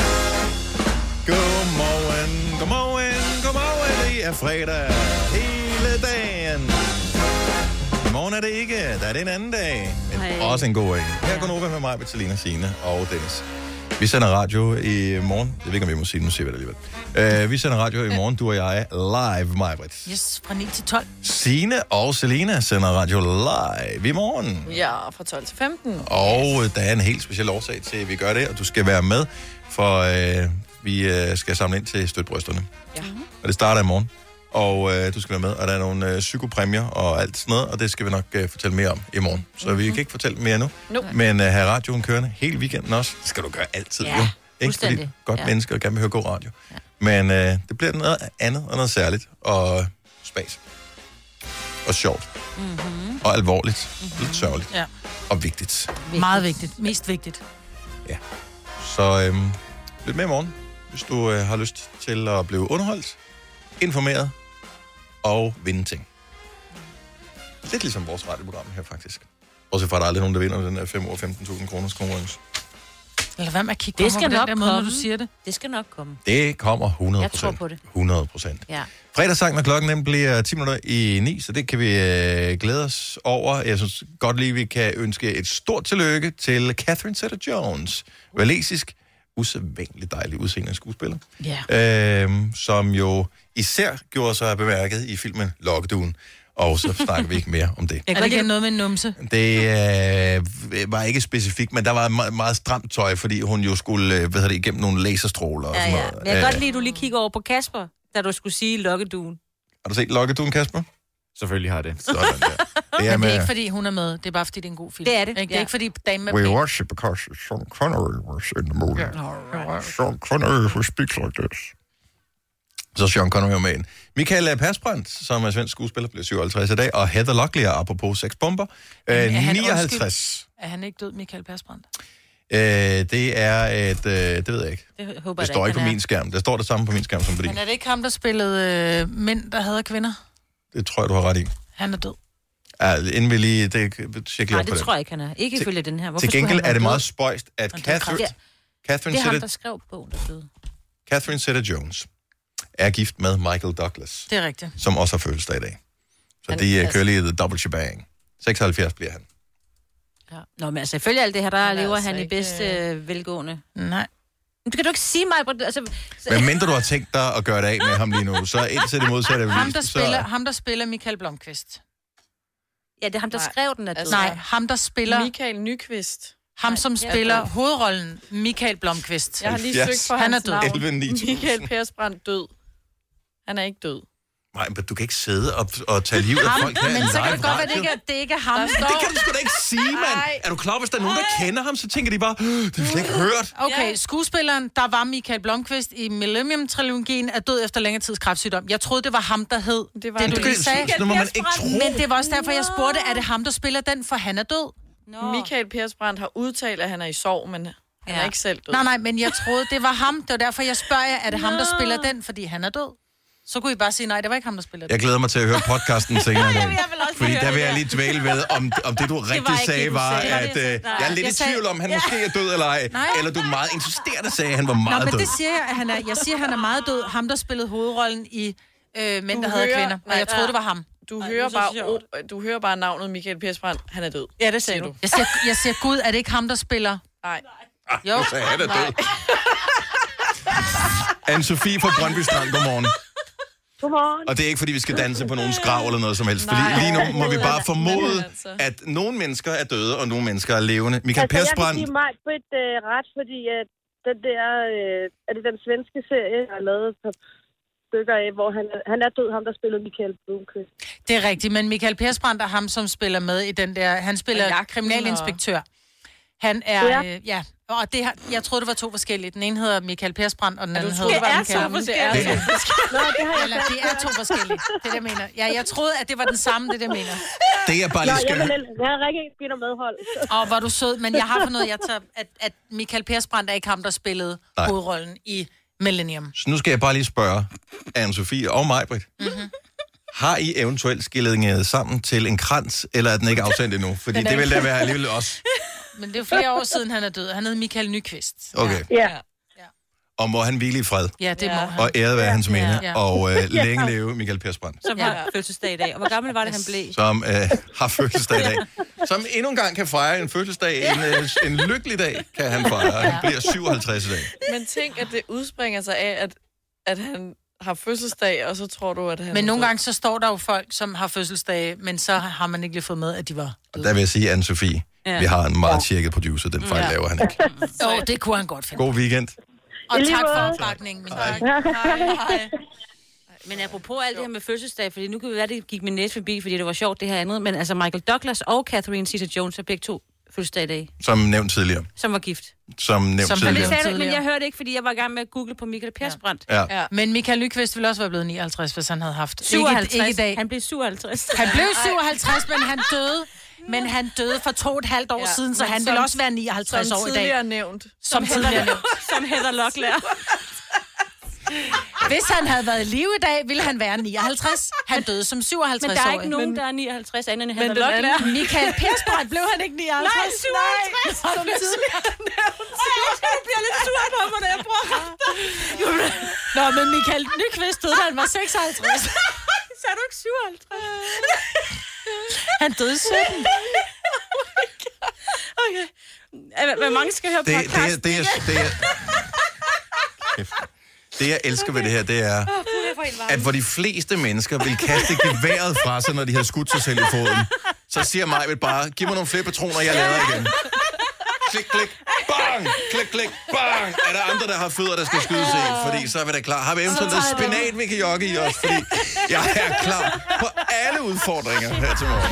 Godmorgen. Det er fredag hele dagen. I morgen er det ikke, der er det en anden dag. Men også en god dag. Her er Gunova med mig, Bettelina, Signe og Dennis. Vi sender radio i morgen. Jeg ved ikke, om vi må sige det, nu siger vi det alligevel. Vi sender radio i morgen, du og jeg, live, Majbrit. Yes, fra 9 til 12. Signe og Selina sender radio live i morgen. Ja, fra 12 til 15. Og der er en helt speciel årsag til, at vi gør det, og du skal være med, for vi skal samle ind til støtbrysterne. Ja. Og det starter i morgen. Og du skal være med, og der er nogle psykopræmier og alt sådan noget, og det skal vi nok fortælle mere om i morgen. Så vi kan ikke fortælle mere nu, men have radioen kørende hele weekenden også. Det skal du gøre altid, jo. Ikke fordi godt mennesker og gerne vil høre god radio. Ja. Men det bliver noget andet og noget særligt, og spas. Og sjovt. Og alvorligt. Lidt sørgeligt. Ja. Og vigtigt. Meget vigtigt. Mest vigtigt. Ja. Så lidt med i morgen, hvis du har lyst til at blive underholdt, informeret og vinde ting. Lidt ligesom vores radioprogram her, faktisk. Også for, at der aldrig nogen, der vinder den der 5 år 15.000 kroners konkurrence. Eller hvad med at kigge på den der måde, når du siger det? Det skal nok komme. Det kommer 100%. Jeg tror på det. 100%. Ja. Fredagssangen, når klokken den bliver 10 minutter i 9, så det kan vi glæde os over. Jeg synes godt lige, vi kan ønske et stort tillykke til Catherine Zeta-Jones. Walesisk, usædvanligt dejlig udseende skuespiller. Yeah. Som jo især gjorde sig bemærket i filmen Lokkeduen. Og så snakker vi ikke mere om det. Jeg kan ikke noget med en numse. Det var ikke specifikt, men der var meget, meget stramt tøj, fordi hun jo skulle igennem nogle laserstråler og sådan noget. Men jeg kan godt lide, at du lige kigger over på Kasper, da du skulle sige Lokkeduen. Har du set Lokkeduen, Kasper? Selvfølgelig har det. Sådan der. Men det er ikke, fordi hun er med. Det er bare, fordi det er en god film. Det er det. Ikke? Det er ikke, fordi damen er We pæn. watch it because Sean Connery was in the movie. Yeah. Sean Connery who speaks like this. Så Sean Connery var med ind. Michael Persbrandt, som er svensk skuespiller, bliver 57 i dag, og Heather Locklear, apropos sexbomber, 59. Er han ikke død, Michael Persbrandt? Det er et... det ved jeg ikke. Det står ikke på min skærm. Der står det samme på min skærm som på din. Men er det ikke ham, der spillede mænd, der hader kvinder? Det tror jeg, du har ret i. Han er død. Ja, inden vi lige... tjekke lige op på det. Nej, det tror jeg ikke, han er. Ikke ifølge den her. Hvorfor til gengæld er det meget død? spøjst, at Catherine... Det er ham, der skrev bogen, der døde. Catherine Zeta-Jones er gift med Michael Douglas. Det er rigtigt. Som også har fødselsdag i dag. Så de kører lige the double shebang. 76 bliver han. Ja. Nå, men altså, ifølge alt det her, der lever altså han i ikke, bedste velgående. Nej. Men kan du ikke sige mig... Altså, Men mindre du har tænkt dig at gøre det af med ham lige nu, så indtil det modsatte Ham, der spiller Michael Blomqvist. Ja, det er ham, der skrev den. Nej, ham, der spiller... Michael Nyqvist. Ham, som spiller hovedrollen, Michael Blomqvist. Jeg har lige søgt på han hans er død. navn. Michael Persbrandt død. Han er ikke død. Nej, men du kan ikke sidde og tage livet af folk her. Men så kan det godt være, at det ikke er ham. Det kan du sgu da ikke sige, mand. Er du klar, hvis der er nogen, der kender ham, så tænker de bare, det har slet ikke hørt. Okay, skuespilleren, der var Michael Blomqvist i Millennium-trilogien, er død efter længere tids kræftsygdom. Jeg troede, det var ham, der hed det, du lige sagde. Så må man ikke tro. Men det var også derfor, jeg spurgte, er det ham, der spiller den, for han er død? Michael Persbrandt har udtalt, at han er i sorg, men han er ikke selv død. Nej, men jeg troede, det var ham. Det var derfor, jeg spørger jer, er det ham, der spiller den, fordi han er død? Så kunne I bare sige, nej, det var ikke ham, der spillede. Jeg glæder mig til at høre podcasten senere i dag. Fordi der vil jeg lige dvæle ved, om det du rigtig sagde var, at jeg er lidt i tvivl om, han måske er død eller ej. Eller du meget insisterende sagde, at han var meget død. Men det siger jeg, at han er. Jeg siger, at han er meget død. Ham, der spillede hovedrollen i Mænd, der havde kvinder. Og jeg troede, det var ham. Du hører bare navnet Michael Persbrandt. Han er død. Ja, det sagde du. Jeg siger, Gud, er det ikke ham, der spiller? Nej. Jo. Du sagde, han er død. Anne-Sophie fra Brøndby Strand, godmorgen. Godmorgen. Og det er ikke, fordi vi skal danse på nogen skrav eller noget som helst. Fordi lige nu må vi bare formode, at nogle mennesker er døde, og nogle mennesker er levende. Michael Persbrandt... Jeg vil sige mig på et ret, fordi den der... er det den svenske serie, jeg har lavet på stykker af, hvor han er død, ham der spiller Michael Blomqvist. Det er rigtigt, men Michael Persbrandt er ham, som spiller med i den der... Han spiller kriminalinspektør. Han er... Ja. Og det her, jeg troede, det var to forskellige. Den ene hedder Michael Persbrandt, og den anden hedder... Det er to forskellige. Det er to forskellige. Det jeg mener. Ja, jeg troede, at det var den samme, det jeg mener. Det er bare lige skønt. Jeg har ikke spinder medhold. Og var du sød, men jeg har fundet, at Michael Persbrandt er ikke ham, der spillede hovedrollen i Millennium. Så nu skal jeg bare lige spørge Anne-Sophie og Maj-Brit. Mm-hmm. Har I eventuelt skillet sammen til en krans, eller er den ikke afsendt endnu? Fordi det vil da være alligevel også... Men det er jo flere år siden, han er død. Han hed Michael Nyqvist. Okay. Ja. Og må han hvile i fred. Ja, det må han. Og æret være hans minde. Ja. Og længe leve Michael Persbrandt. Som har fødselsdag i dag. Og hvor gammel var det, han blev? Som har fødselsdag i dag. Som endnu en gang kan fejre en fødselsdag. En lykkelig dag kan han fejre. Han bliver 57 i dag. Men tænk, at det udspringer sig af, at han har fødselsdag, og så tror du, at han... Men nogle gange så står der jo folk, som har fødselsdag, men så har man ikke lige fået med, at de var døde. Og der vil jeg sige, Anne-Sophie, vi har en meget tjekket producer. Den fejl laver han ikke. Jo, det kunne han godt finde. God weekend. Og tak for opbakningen, min dreng. Hej. Men apropos alt det her med fødselsdag, fordi nu kan vi være, det gik min næse forbi, fordi det var sjovt, det her andet, men altså Michael Douglas og Catherine Zeta-Jones har begge to fødselsdag i dag. Som nævnt tidligere. Som var gift. Som tidligere. Men jeg hørte ikke, fordi jeg var i gang med at google på Michael Persbrandt. Ja. Men Michael Nyqvist ville også være blevet 59, hvis han havde haft. 57. Ikke i dag. Han blev 57. Han blev 57, men han døde. Men han døde for 2,5 år siden, så han vil også være 59 år i dag. Som tidligere nævnt. Som tidligere nævnt. Som Heather Locklear. Hvis han havde været i live i dag, ville han være 59. Han døde som 57 år. Men der er ikke nogen, der er 59 andet end Heather Locklear. Michael Persbrandt, blev han ikke 59? Nej, 57. Som tidligere nævnt. Jeg bliver lidt sur på mig, når jeg bruger ham. Nå, men Michael Nyqvist døde, da han var 56. Så er du ikke 57? Han døde 17. Okay. Hvor mange skal høre podcast? Det, jeg elsker ved det her, det er, at hvor de fleste mennesker vil kaste geværet fra sig, når de har skudt sig selv i foden, så siger Maj bare, giv mig nogle flere patroner, jeg lader igen. Klik, klik, bang! Klik, klik, bang! Er der andre, der har fødder, der skal skydes i? Fordi så er vi da klar. Har vi eventuelt noget spinat, vi kan jogge i os? Fordi jeg er klar på alle udfordringer her til morgen.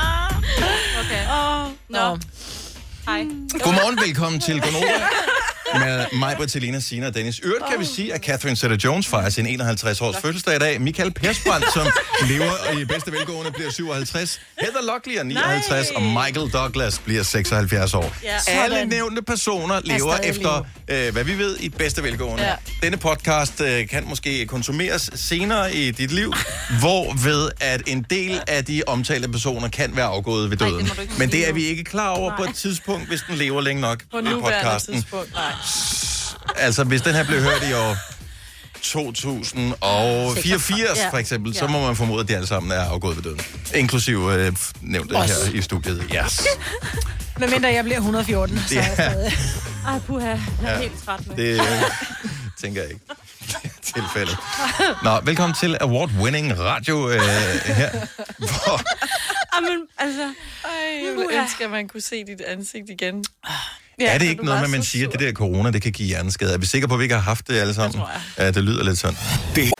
Okay. Nå. Hej. Godmorgen, velkommen til Gonova med mig, Bertilina, Sina og Dennis. Øvrigt kan vi sige, at Catherine Zeta-Jones fejrer sin 51-års fødselsdag i dag. Michael Persbrandt, som lever i bedste velgående, bliver 57. Heather Locklear 59, og Michael Douglas bliver 76 år. Ja. Alle nævnte personer lever efter, hvad vi ved, i bedste velgående. Ja. Denne podcast kan måske konsumeres senere i dit liv, hvor ved at en del af de omtalte personer kan være afgået ved døden. Men det er vi ikke klar over på et tidspunkt, hvis den lever længe nok på i podcasten. Tidspunkt. Nej. Altså, hvis den her blev hørt i år 2084, for eksempel, så må man formode, at de alle sammen er afgået ved døden. Inklusiv nævnte her i studiet. Yes. Men mindre jeg bliver 114, så er jeg stadig. Ej, puha. Jeg er helt træt nu. Det tænker jeg ikke. Tilfældet. Nå, velkommen til award-winning radio her. Jamen, altså... Jeg ville ønske, at man kunne se dit ansigt igen. Ja, er det ikke noget, man siger, at det der corona, det kan give hjerneskade? Er vi sikre på, at vi ikke har haft det alle sammen? Det tror jeg. Ja, det lyder lidt sådan. Det.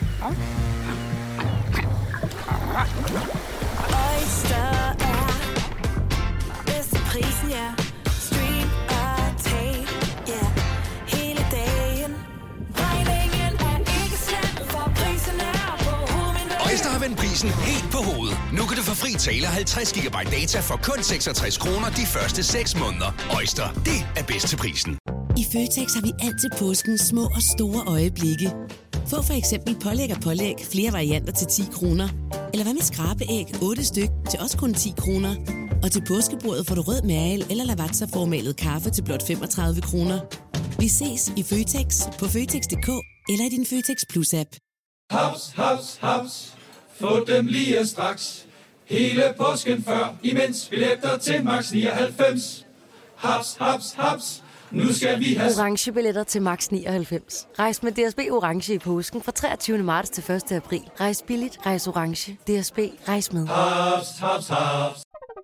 Øjster har vendt prisen helt på hovedet. Nu kan du få fri tale 50 GB data for kun 66 kroner de første 6 måneder. Øjster, det er bedst til prisen. I Føtex har vi altid påskens små og store øjeblikke. Få for eksempel pålæg og pålæg flere varianter til 10 kroner. Eller hvad med skrabeæg 8 styk til også kun 10 kroner. Og til påskebordet får du rød mal eller lavatserformalet kaffe til blot 35 kroner. Vi ses i Føtex på Føtex.dk eller i din Føtex Plus-app. Haps, haps, haps. Få dem lige straks. Hele påsken før, imens billetter til max 99. Haps, haps, haps. Nu skal vi have orange billetter til max 99. Rejs med DSB orange i påsken fra 23. marts til 1. april. Rejs billigt, rejs orange. DSB, rejs med. haps, haps, haps.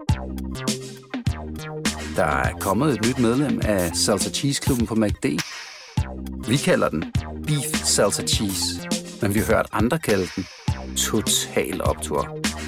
Der er kommet et nyt medlem af Salsa Cheese Klubben på McD. Vi kalder den Beef Salsa Cheese, men vi har hørt andre kalde den Total Optur.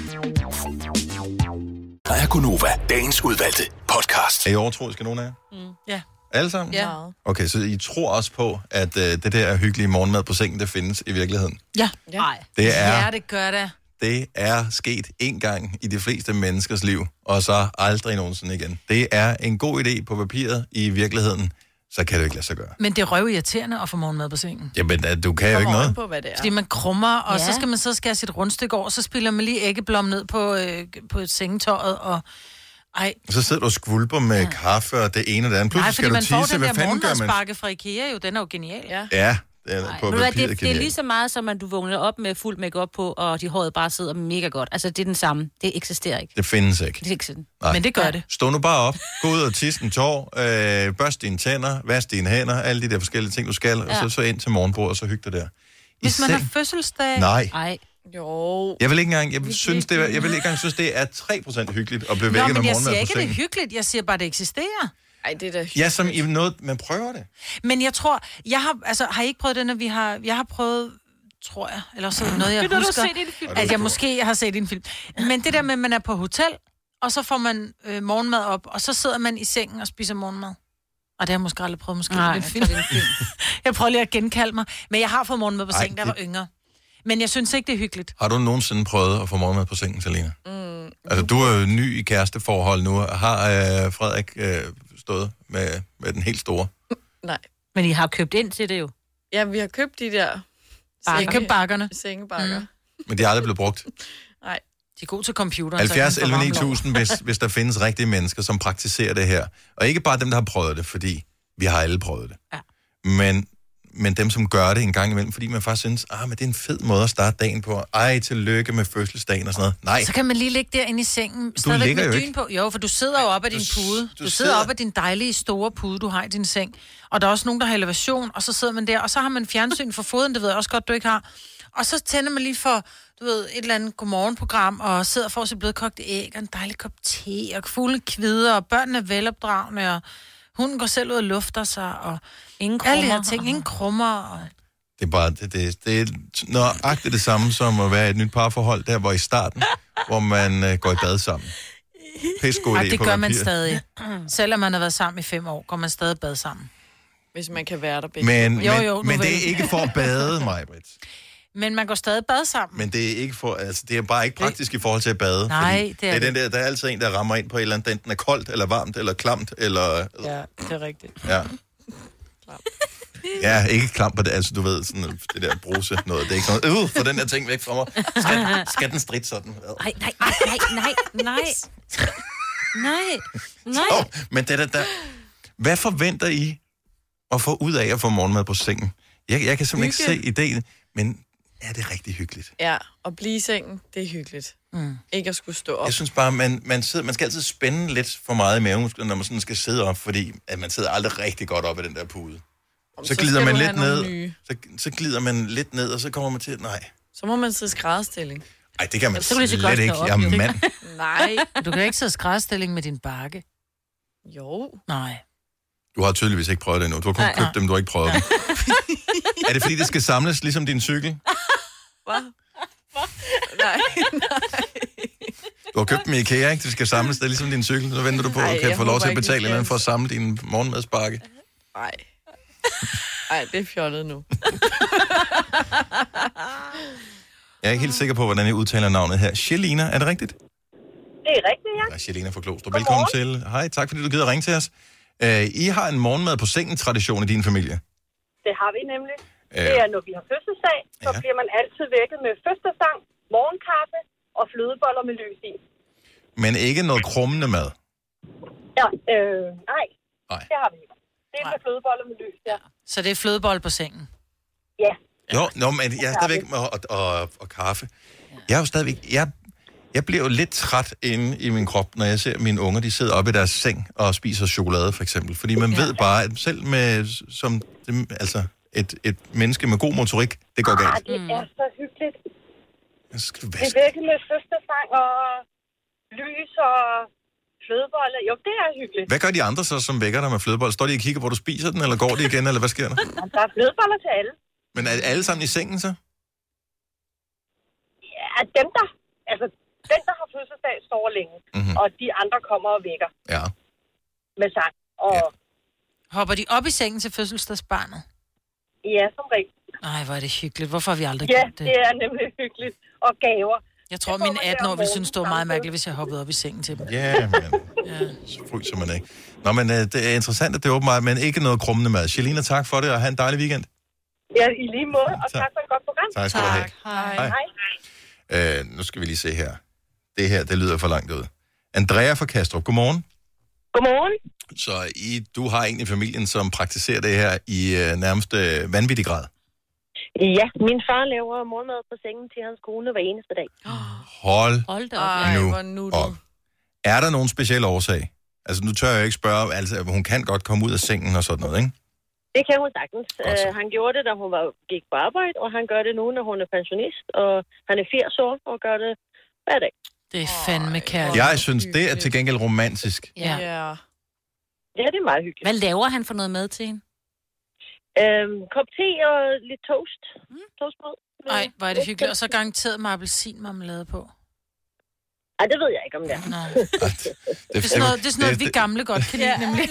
Der er Gonova, dagens udvalgte podcast. Er I overtroiske, nogen af jer? Ja. Alle sammen? Ja. Okay, så I tror også på, at det der hyggelige morgenmad på sengen, det findes i virkeligheden? Ja. Nej. Det gør det. Det er sket én gang i de fleste menneskers liv, og så aldrig nogensinde igen. Det er en god idé på papiret. I virkeligheden, så kan det ikke lade sig gøre. Men det er røvirriterende at få morgenmad på sengen. Jamen, du kan jo ikke noget. På, hvad det er. Fordi man krummer, og så skal man så skære sit rundstykke over, så spiller man lige æggeblom ned på sengetøjet, og ej. Så sidder du og skvulper med kaffe og det ene og det andet. Pludselig skal du tisse. Nej, fordi man får den der morgenmadsbakke fra IKEA jo, den er jo genial. Ja. På det er lige så meget, som at du vågner op med fuld makeup på, og de håret bare sidder mega godt. Altså, det er den samme. Det eksisterer ikke. Det findes ikke. Det er ikke sådan. Nej. Men det gør det. Stå nu bare op, gå ud og tisse en tår, børst dine tænder, vask dine hænder, alle de der forskellige ting, du skal, og så ind til morgenbordet, og så hygge dig der. Hvis man har fødselsdag... Nej. Ej. Jo. Jeg vil ikke engang synes, det er 3% hyggeligt at blive vækket med morgenmad på sengen. Nå, men jeg siger ikke, det er hyggeligt. Jeg siger bare, det eksisterer. Ej, det er da hyggeligt. Ja, som i noget, man prøver det. Men jeg tror, har I ikke prøvet det, når jeg har prøvet, tror jeg, eller så noget, jeg husker, at jeg måske har set en film. Men det der med, at man er på hotel, og så får man morgenmad op, og så sidder man i sengen og spiser morgenmad. Og det har jeg måske aldrig prøvet, en film. Jeg prøver lige at genkalde mig. Men jeg har fået morgenmad på sengen, da jeg var yngre. Men jeg synes ikke, det er hyggeligt. Har du nogensinde prøvet at få morgenmad på sengen, Selina? Altså, du er jo ny i kæresteforhold nu. Har Frederik stået med den helt store? Nej. Men I har købt ind til det jo. Ja, vi har købt de der Bakkerne. Sengebakker. Men de er aldrig blevet brugt. Nej. De er gode til computeren. 70 11 9000, hvis der findes rigtige mennesker, som praktiserer det her. Og ikke bare dem, der har prøvet det, fordi vi har alle prøvet det. Ja. Men dem, som gør det en gang imellem, fordi man faktisk synes, men det er en fed måde at starte dagen på. Ej, tillykke med fødselsdagen og sådan noget. Nej. Så kan man lige ligge derinde i sengen. Du ligger jo ikke. På. Jo, for du sidder jo op af din pude. Du sidder op af din dejlige store pude, du har i din seng. Og der er også nogen, der har elevation, og så sidder man der, og så har man fjernsyn for foden, det ved jeg også godt, du ikke har. Og så tænder man lige for, du ved, et eller andet godmorgenprogram, og sidder for sit blødkogte æg, og en dejlig kop te, og fugle kvider, og børnene er velopdragende, og hunden går selv ud og lufter sig, og ingen krummer. Alle de her ting, ingen krummer. Og... Det er bare, det er nøjagtigt det samme som at være i et nyt parforhold, der hvor i starten, hvor man går i bad sammen. Pissegod idé det på gør papir. man stadig. Selvom man har været sammen i 5 år, går man stadig bad sammen. Hvis man kan være der begge. Men det er ikke for at bade, Maj-Brit. Men man går stadig bad sammen. Men det er ikke for, altså det er bare ikke praktisk i forhold til at bade. Nej, det er den der er altid en, der rammer ind på et eller andet, enten er koldt, eller varmt, eller klamt, eller... Ja, det er rigtigt. Ja. Ja, ikke klamt på det, altså du ved, sådan det der bruse noget, det er ikke sådan, få den der ting væk fra mig. Skal den stridt sådan? Nej. Men det der, hvad forventer I at få ud af at få morgenmad på sengen? Jeg kan simpelthen ikke se ideen, men er det rigtig hyggeligt? Ja, at blive i sengen, det er hyggeligt. Ikke at skulle stå op. Jeg synes bare, man skal altid spænde lidt for meget i maven, når man sådan skal sidde op, fordi at man sidder aldrig rigtig godt op i den der pude. Så glider man lidt ned, så glider man lidt ned, og så kommer man til, nej. Så må man sidde i skrædderstilling. Nej, det kan man slet ikke. Jeg er mand. Nej. Du kan ikke sidde i skrædderstilling med din bakke. Jo. Nej. Du har tydeligvis ikke prøvet det endnu. Du har kun købt dem, du har ikke prøvet dem. Er det fordi, det skal samles ligesom din cykel? Hvad? Nej. Du har købt dem i IKEA, ikke? Det skal samles, det er ligesom din cykel. Så venter du på, at du kan få lov til at betale en eller anden for at samle din morgenmadsbakke. Nej. Nej, det er fjollet nu. Jeg er ikke helt sikker på, hvordan jeg udtaler navnet her. Shelina, er det rigtigt? Det er rigtigt, ja. Ja, Shelina fra Glostrup. Velkommen til. Hej, tak fordi du gider ringe til os. I har en morgenmad på sengen-tradition i din familie. Det har vi nemlig. Det er, når vi har fødselsdag, så bliver man altid vækket med fødselsdang, morgenkaffe og flødeboller med lys i. Men ikke noget krummende mad? Ja, nej. Det har vi ikke. Det er med flødeboller med lys, ja. Så det er flødebolle på sengen? Ja. Jo, men jeg er stadigvæk med og kaffe. Jeg er jo stadigvæk... Jeg bliver jo lidt træt inde i min krop, når jeg ser mine unger, de sidder oppe i deres seng og spiser chokolade, for eksempel. Fordi man ved bare, at selv med et menneske med god motorik, det går galt. Det er så hyggeligt. Det er virkelig med fødselsdang og lys og flødeboller. Jo, det er hyggeligt. Hvad gør de andre så, som vækker dig med flødeboller? Står de og kigger, hvor du spiser den, eller går de igen, eller hvad sker der? Der er flødeboller til alle. Men er alle sammen i sengen så? Ja, den, der har fødselsdag, sover længe. Mm-hmm. Og de andre kommer og vækker. Ja. Med sang. Og... Ja. Hopper de op i sengen til fødselsdagsbarnet? Ja, som regel. Nej, hvor er det hyggeligt. Hvorfor har vi aldrig gjort det? Ja, det er nemlig hyggeligt. Og gaver. Jeg tror, mine 18 år ville synes, det var meget mærkeligt, hvis jeg hoppede op i sengen til dem. Ja, men så fryser man ikke. Nå, men det er interessant, at det er åbenbart, men ikke noget krummende mad. Shelina, tak for det, og have en dejlig weekend. Ja, i lige måde, og tak for et godt program. Tak skal du have. Hej. Nu skal vi lige se her. Det her, det lyder for langt ud. Andrea fra Kastrup, godmorgen. Godmorgen. Så du har en i familien, som praktiserer det her i nærmest vanvittig grad? Ja, min far laver morgenmad på sengen til hans kone hver eneste dag. Hold da op. nu op. Er der nogen speciel årsag? Altså, nu tør jeg ikke spørge, altså, hun kan godt komme ud af sengen og sådan noget, ikke? Det kan hun sagtens. Han gjorde det, da hun gik på arbejde, og han gør det nu, når hun er pensionist, og han er 80 år og gør det hver dag. Det er fandme kærligt. Jeg synes, det er til gengæld romantisk. Ja. Ja, det er meget hyggeligt. Hvad laver han for noget mad til hende? Kop te og lidt toast. Toastbrød. Nej, hvor er det hyggeligt. Og så garanteret med appelsinmarmelade på. Ej, det ved jeg ikke, om det er. Det er sådan noget, vi gamle godt kan lide, nemlig.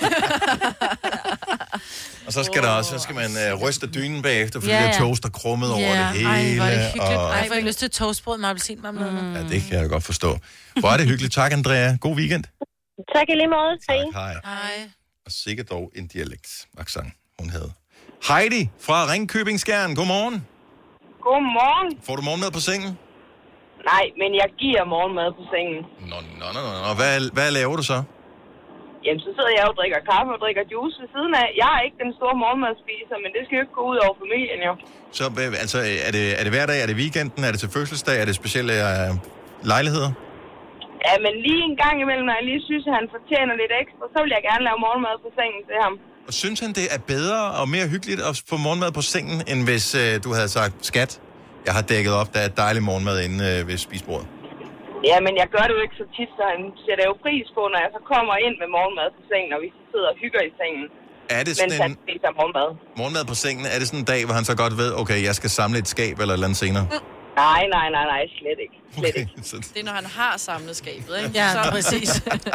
Og så skal så skal man ryste dynen bagefter, fordi der toast er krummet over det hele. Ej, hvor er det hyggeligt. Ej, får jeg lyst til toastbrød med appelsinmarmelade. Ja, det kan jeg godt forstå. Hvor er det hyggeligt. Tak, Andrea. God weekend. Tak i lige måde. Tak, hej. Og sikkert dog en dialekt, accent, hun havde. Heidi fra Ringkøbing Skjern. Godmorgen. Godmorgen. Får du morgenmad på sengen? Nej, men jeg giver morgenmad på sengen. Nå. Og hvad laver du så? Jamen, så sidder jeg og drikker kaffe og drikker juice ved siden af. Jeg er ikke den store morgenmadspiser, men det skal jo ikke gå ud over familien, jo. Så altså, er det hver dag? Er det weekenden? Er det til fødselsdag? Er det specielle lejligheder? Ja, men lige en gang imellem, når jeg lige synes, at han fortjener lidt ekstra, så vil jeg gerne lave morgenmad på sengen til ham. Og synes han, det er bedre og mere hyggeligt at få morgenmad på sengen, end hvis du havde sagt, skat, jeg har dækket op, der er dejlig morgenmad inde ved spisebordet? Ja, men jeg gør det jo ikke så tit, så han sætter jo pris på, når jeg så kommer ind med morgenmad på sengen, og vi så sidder og hygger i sengen. Er det sådan en morgenmad. Morgenmad på sengen, er det sådan en dag, hvor han så godt ved, okay, jeg skal samle et skab eller et eller andet senere? Nej, slet ikke. Det er, når han har samlet skabet, ikke? Ja, præcis.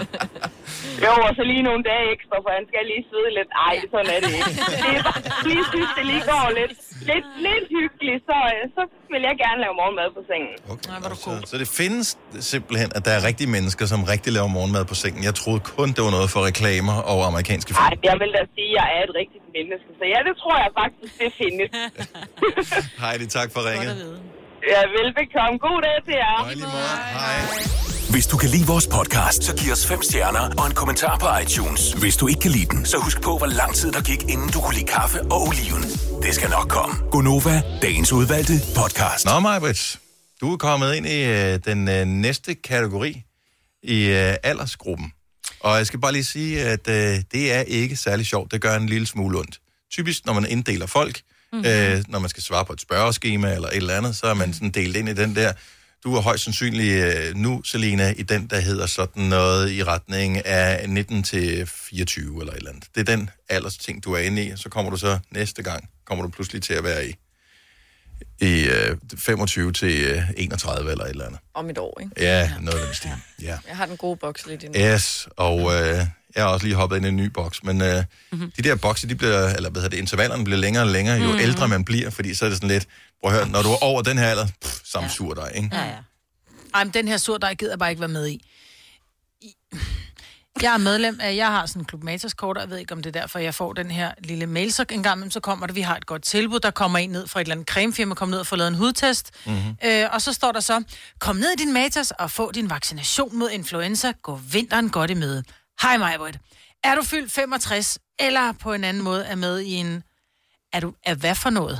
Jo, og så lige nogle dage ekstra, for han skal lige sidde lidt. Ej, sådan er det ikke. Det er bare, lige synes, det lige går lidt hyggeligt, så vil jeg gerne lave morgenmad på sengen. Okay. Så det findes simpelthen, at der er rigtige mennesker, som rigtig laver morgenmad på sengen. Jeg troede kun, det var noget for reklamer og amerikanske film. Nej, jeg vil da sige, at jeg er et rigtigt menneske. Så ja, det tror jeg faktisk, det findes. Heidi, tak for ringet. Ja, velbekomme. God dag til jer. Hej. Hvis du kan lide vores podcast, så giv os 5 stjerner og en kommentar på iTunes. Hvis du ikke kan lide den, så husk på, hvor lang tid der gik, inden du kunne lide kaffe og oliven. Det skal nok komme. Gonova, dagens udvalgte podcast. Nå, Maj-Brit, du er kommet ind i den næste kategori i aldersgruppen. Og jeg skal bare lige sige, at det er ikke særlig sjovt. Det gør en lille smule ondt. Typisk, når man inddeler folk, når man skal svare på et spørgeskema eller et eller andet, så er man sådan delt ind i den der. Du er højst sandsynlig nu, Selina, i den, der hedder sådan noget i retning af 19 til 24 eller et eller andet. Det er den aldersting, du er inde i. Så kommer du så næste gang, kommer du pludselig til at være i 25 til 31 eller et eller andet. Om et år, ikke? Ja, noget af den stil. Ja. Jeg har den gode boks lidt endnu. Yes, og jeg har også lige hoppet ind i en ny boks, men de der bokse, intervallerne bliver længere og længere, jo ældre man bliver, fordi så er det sådan lidt, prøv at høre, når du er over den her alder, samme surdej, ikke? Ja. Ej, men den her surdej gider jeg bare ikke være med i. Jeg er medlem af, jeg har sådan en Club Matas-kort, og jeg ved ikke, om det er derfor, jeg får den her lille mail, så en gang så kommer det, vi har et godt tilbud, der kommer en ned fra et eller andet cremefirma, kommer ned og får lavet en hudtest, og så står der så, kom ned i din Matas og få din vaccination mod influenza, gå vinteren godt i møde. Hej Maj-Brit. Er du fyldt 65, eller på en anden måde er med i en, er hvad for noget?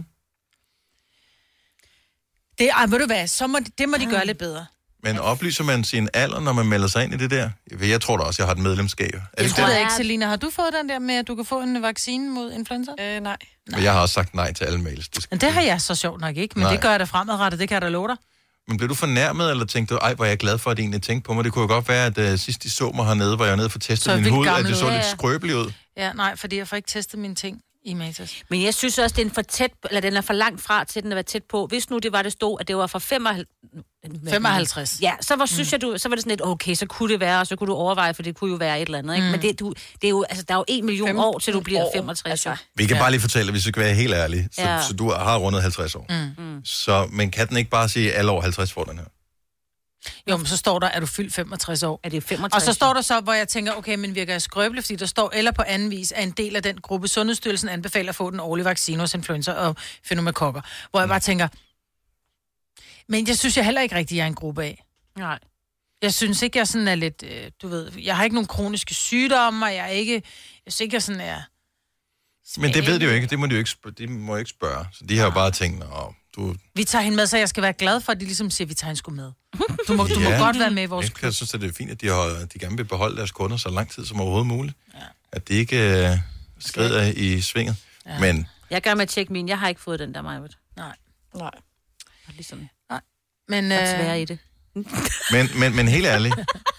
Ved du hvad, det må de gøre lidt bedre. Men oplyser man sin alder, når man melder sig ind i det der? Jeg tror da også, jeg har et medlemskab. Jeg tror ikke, Selina. Har du fået den der med, at du kan få en vaccine mod influenza? Nej. Men jeg har også sagt nej til alle mails. Det har jeg så sjovt nok ikke, men det gør jeg da fremadrettet, det kan jeg da love dig. Men blev du fornærmet, eller tænkte du, hvor jeg er glad for, at de egentlig tænkte på mig? Det kunne jo godt være, at sidst de så mig hernede, hvor jeg var nede for at teste min hud, at det så lidt skrøbeligt ud. Ja, nej, fordi jeg får ikke testet mine ting i Matas. Men jeg synes også, den er for langt fra til, den er tæt på. Hvis nu det var, det stod, at det var fra 55. Ja, så var, synes jeg, så var det sådan lidt, okay, så kunne det være, og så kunne du overveje, for det kunne jo være et eller andet, ikke? Men det er jo, altså, der er jo 1 million år, til du bliver 65. Altså. Vi kan bare lige fortælle, hvis vi skal være helt ærlige, så du har rundet 50 år. Så, men kan den ikke bare sige, alle over 50 får den her? Jo, men så står der, er du fyldt 65 år. Er det 65? Og så står der så, hvor jeg tænker, okay, men virker jeg skrøbelig, fordi der står, eller på anden vis, er en del af den gruppe, Sundhedsstyrelsen anbefaler at få den årlige vaccine hos influenza og pneumokokker. Hvor jeg bare tænker, men jeg synes jeg heller ikke rigtig, jeg er en gruppe af. Nej. Jeg synes ikke, jeg sådan er lidt, du ved, jeg har ikke nogen kroniske sygdomme, og jeg synes ikke, jeg sådan er... Men det ved de jo ikke, det må jo ikke spørge. Så de har jo bare tænkt, Vi tager hende med, så jeg skal være glad for, at de ligesom siger, at vi tager hende sgu med. Du må godt være med i vores klub. Jeg synes, at det er fint, at de gerne vil beholde deres kunder så lang tid som overhovedet muligt. Ja. At de ikke skrider i svinget. Ja. Men... Jeg gør med at tjekke min. Jeg har ikke fået den der, Maj-Brit. Nej. Ligesom... Nej. Men... svære i det. men helt ærligt.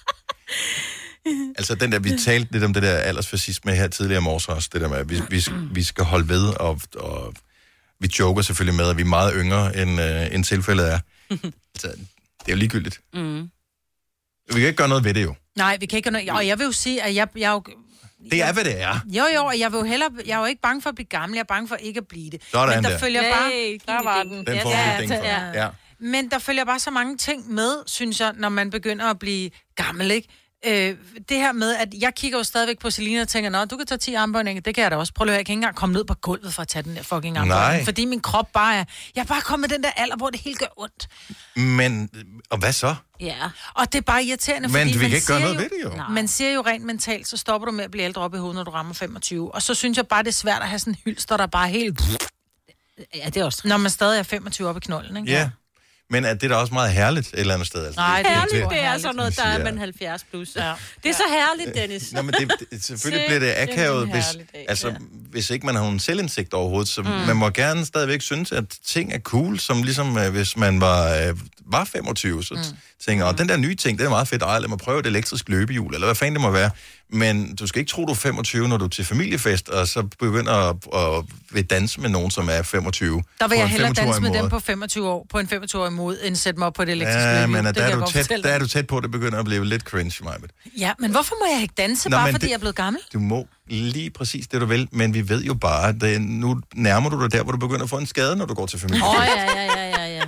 Altså den der, vi talte lidt om det der aldersfascisme her tidligere i morges også. Det der med, at vi skal holde ved, og vi joker selvfølgelig med, at vi er meget yngre, end tilfældet er. Altså, det er jo ligegyldigt. Vi kan ikke gøre noget ved det jo. Nej, vi kan ikke gøre noget. Og jeg vil jo sige, at jeg jo... Det er, hvad det er. Jo, og jeg er jo ikke bange for at blive gammel, jeg er bange for ikke at blive det. Sådan men der der. Følger bare... Der var den. Den får vi ding for. Ja. Men der følger bare så mange ting med, synes jeg, når man begynder at blive gammel, ikke? det her med, at jeg kigger jo stadigvæk på Selina og tænker, nå, du kan tage 10 armbøjninger, det kan jeg da også. Prøv at høre, jeg kan ikke engang komme ned på gulvet for at tage den der fucking armbøjning. Fordi min krop bare er... Jeg er bare kommet med den der alder, hvor det helt gør ondt. Men, og hvad så? Ja. Og det er bare irriterende, men fordi vi kan ikke gøre noget ved det jo. Man siger jo rent mentalt, så stopper du med at blive ældre op i hovedet, når du rammer 25. Og så synes jeg bare, det er svært at have sådan en hylster, der bare helt... Ja, det er også... Når man stadig er 25 op i knolden, ikke? Ja. Men er det da også meget herligt et eller andet sted? Altså, nej, herligt, det er sådan noget, der er man 70 plus. Ja. Det er så herligt, Dennis. Nå, men selvfølgelig bliver det akavet, hvis ikke man har nogen selvindsigt overhovedet. Så man må gerne stadigvæk synes, at ting er cool, som ligesom hvis man var 25, så tænker og den der nye ting, det er meget fedt. Lad mig prøve et elektrisk løbehjul, eller hvad fanden det må være. Men du skal ikke tro, du er 25, når du er til familiefest, og så begynder at danse med nogen, som er 25. Der vil jeg hellere danse med dem på 25 år, på en 25-årig måde, end sætte mig op på et elektrisk løbehjul. Ja, men der er du tæt på, at det begynder at blive lidt cringe, Majbet. Ja, men hvorfor må jeg ikke danse, bare fordi jeg er blevet gammel? Du må lige præcis det, du vil, men vi ved jo bare, at nu nærmer du dig der, hvor du begynder at få en skade, når du går til familiefest. Ja.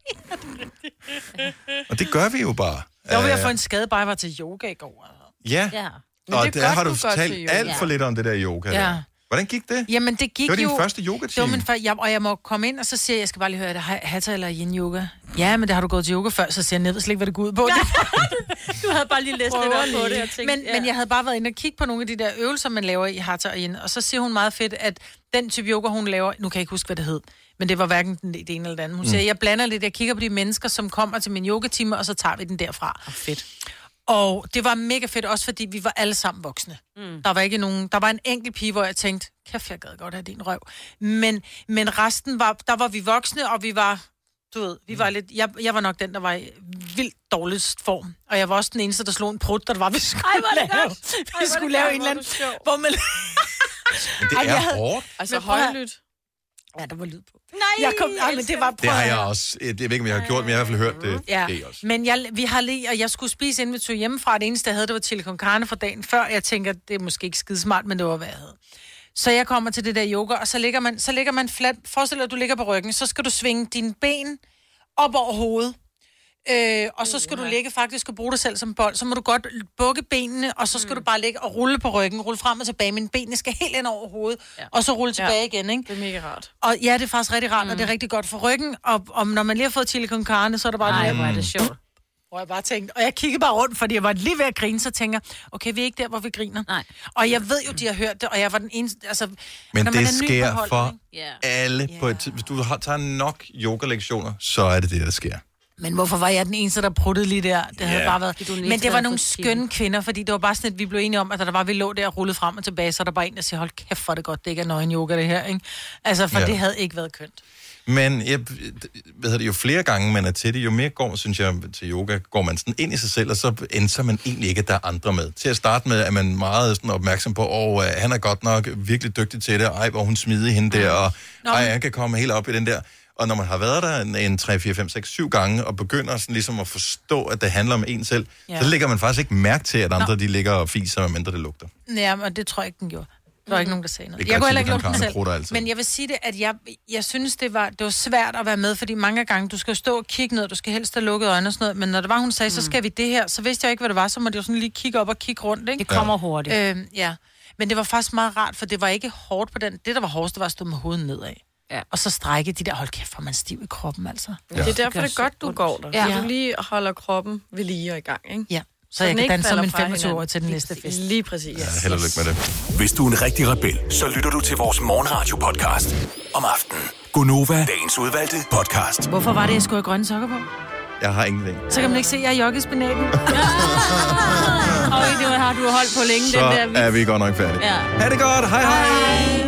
Og det gør vi jo bare. Jeg vil få en skade, bare jeg var til yoga i går. Ja. Og der har du talt alt for lidt om det der yoga. Ja. Hvordan gik det? Jamen, det gik jo... Det var din første yoga-time. Og jeg må komme ind, og så siger jeg skal bare lige høre, er det hatha eller yin-yoga? Ja, men det har du gået til yoga før, så siger jeg, jeg ved slet ikke, hvad det går ud på. Du havde bare lige læst lidt op på det og tænkt, men jeg havde bare været inde og kigge på nogle af de der øvelser, man laver i hatha og yin, og så siger hun meget fedt, at den type yoga, hun laver, nu kan jeg ikke huske, hvad det hed, men det var hverken det ene eller det andet. Hun siger, jeg blander lidt, jeg kigger på de mennesker, som kommer til min yogatime, og så tager vi den derfra. Fedt. Og det var mega fedt, også fordi vi var alle sammen voksne. Der var ikke nogen... Der var en enkelt pige, hvor jeg tænkte, kæft, jeg gad godt have din røv. Men resten var... Der var vi voksne, og vi var... Du ved, vi var lidt... Jeg var nok den, der var i vildt dårligst form. Og jeg var også den eneste, der slog en prut, der var, vi skulle lave en eller anden... Hvor man... Men det er hårdt. Altså højlydt. Ja, der var lyd på. Nej, men det var... Det har jeg også. Jeg ved ikke, om jeg har gjort, men jeg har i hvert fald hørt det. Ja, det også. Men vi har lige... Og jeg skulle spise inden vi tog hjemmefra. Det eneste, jeg havde, det var chili con carne fra dagen før. Jeg tænker, det er måske ikke skidesmart, men det var, hvad jeg havde. Så jeg kommer til det der yoga, og så ligger man fladt. Forestil dig, at du ligger på ryggen. Så skal du svinge dine ben op over hovedet. Og så skal du ligge faktisk og bruge dig selv som bold. Så må du godt bukke benene, og så skal du bare ligge og rulle på ryggen, rulle frem og tilbage, men benene skal helt ind over hovedet, og så rulle tilbage igen, ikke? Det er mega rart. Og ja, det er faktisk rigtig rart, og det er rigtig godt for ryggen, og når man lige har fået chili con carne, så er det bare... hvor er det sjovt. Hvor jeg bare tænkte, og jeg kiggede bare rundt, fordi jeg var lige ved at grine, så tænker okay, vi er ikke der, hvor vi griner. Nej. Og jeg ved jo, de har hørt det, og jeg var den eneste, altså... Men det sker for alle på et hvis du tager nok yoga-lektioner, så er det det, der sker. Men hvorfor var jeg den eneste, der pruttede lige der? Det havde bare været... Men det var nogle skønne kvinder, fordi det var bare sådan, at vi blev enige om, at der var, vi lå der og rullede frem og tilbage, så er der bare en, der siger, hold kæft, for det godt, det ikke er nøgen yoga, det her, ikke? Altså, for det havde ikke været kønt. Men jo flere gange man er til det, jo mere går, synes jeg, til yoga, går man sådan ind i sig selv, og så ændrer man egentlig ikke, at der er andre med. Til at starte med er man meget sådan opmærksom på, han er godt nok virkelig dygtig til det, ej, hvor hun smidig hende der, og han kan komme helt op i den der. Og når man har været der en 3, 4, 5, 6, 7 gange, og begynder sådan ligesom at forstå, at det handler om en selv, så lægger man faktisk ikke mærke til, at andre de ligger og fiser, mindre det lugter. Ja, men det tror jeg ikke, den gjorde. Der var ikke nogen, der sagde noget. Jeg kunne heller ikke lugte den selv. Men jeg vil sige det, at jeg synes, det var svært at være med, fordi mange gange, du skal stå og kigge ned, du skal helst have lukket øjne og sådan noget, men når det var, hun sagde, så skal vi det her, så vidste jeg ikke, hvad det var, så måtte jeg sådan lige kigge op og kigge rundt, ikke? Det kommer hurtigt. Men det var faktisk meget rart, for det var ikke hårdt på den. Det, der var hårdest, det var at stå med hovedet nedad. Ja. Og så strække de der, hold kæft, for man stiv i kroppen, altså. Ja. Det er derfor, det er godt, du går der. Ja. Du lige holder kroppen ved lige og i gang, ikke? Ja. Så jeg kan danse som en 25 år til den næste fest. Lige præcis. Ja, held og lykke med det. Hvis du er en rigtig rebel, så lytter du til vores morgenradio-podcast om aftenen. Gonova, dagens udvalgte podcast. Hvorfor var det, jeg skulle have grønne sokker på? Jeg har ingenting. Så kan man ikke se, at jeg er joggespinaten. Og det har du holdt på længe, så den der. Så er vi godt nok færdige. Ja. Ha' det godt. Hej hej.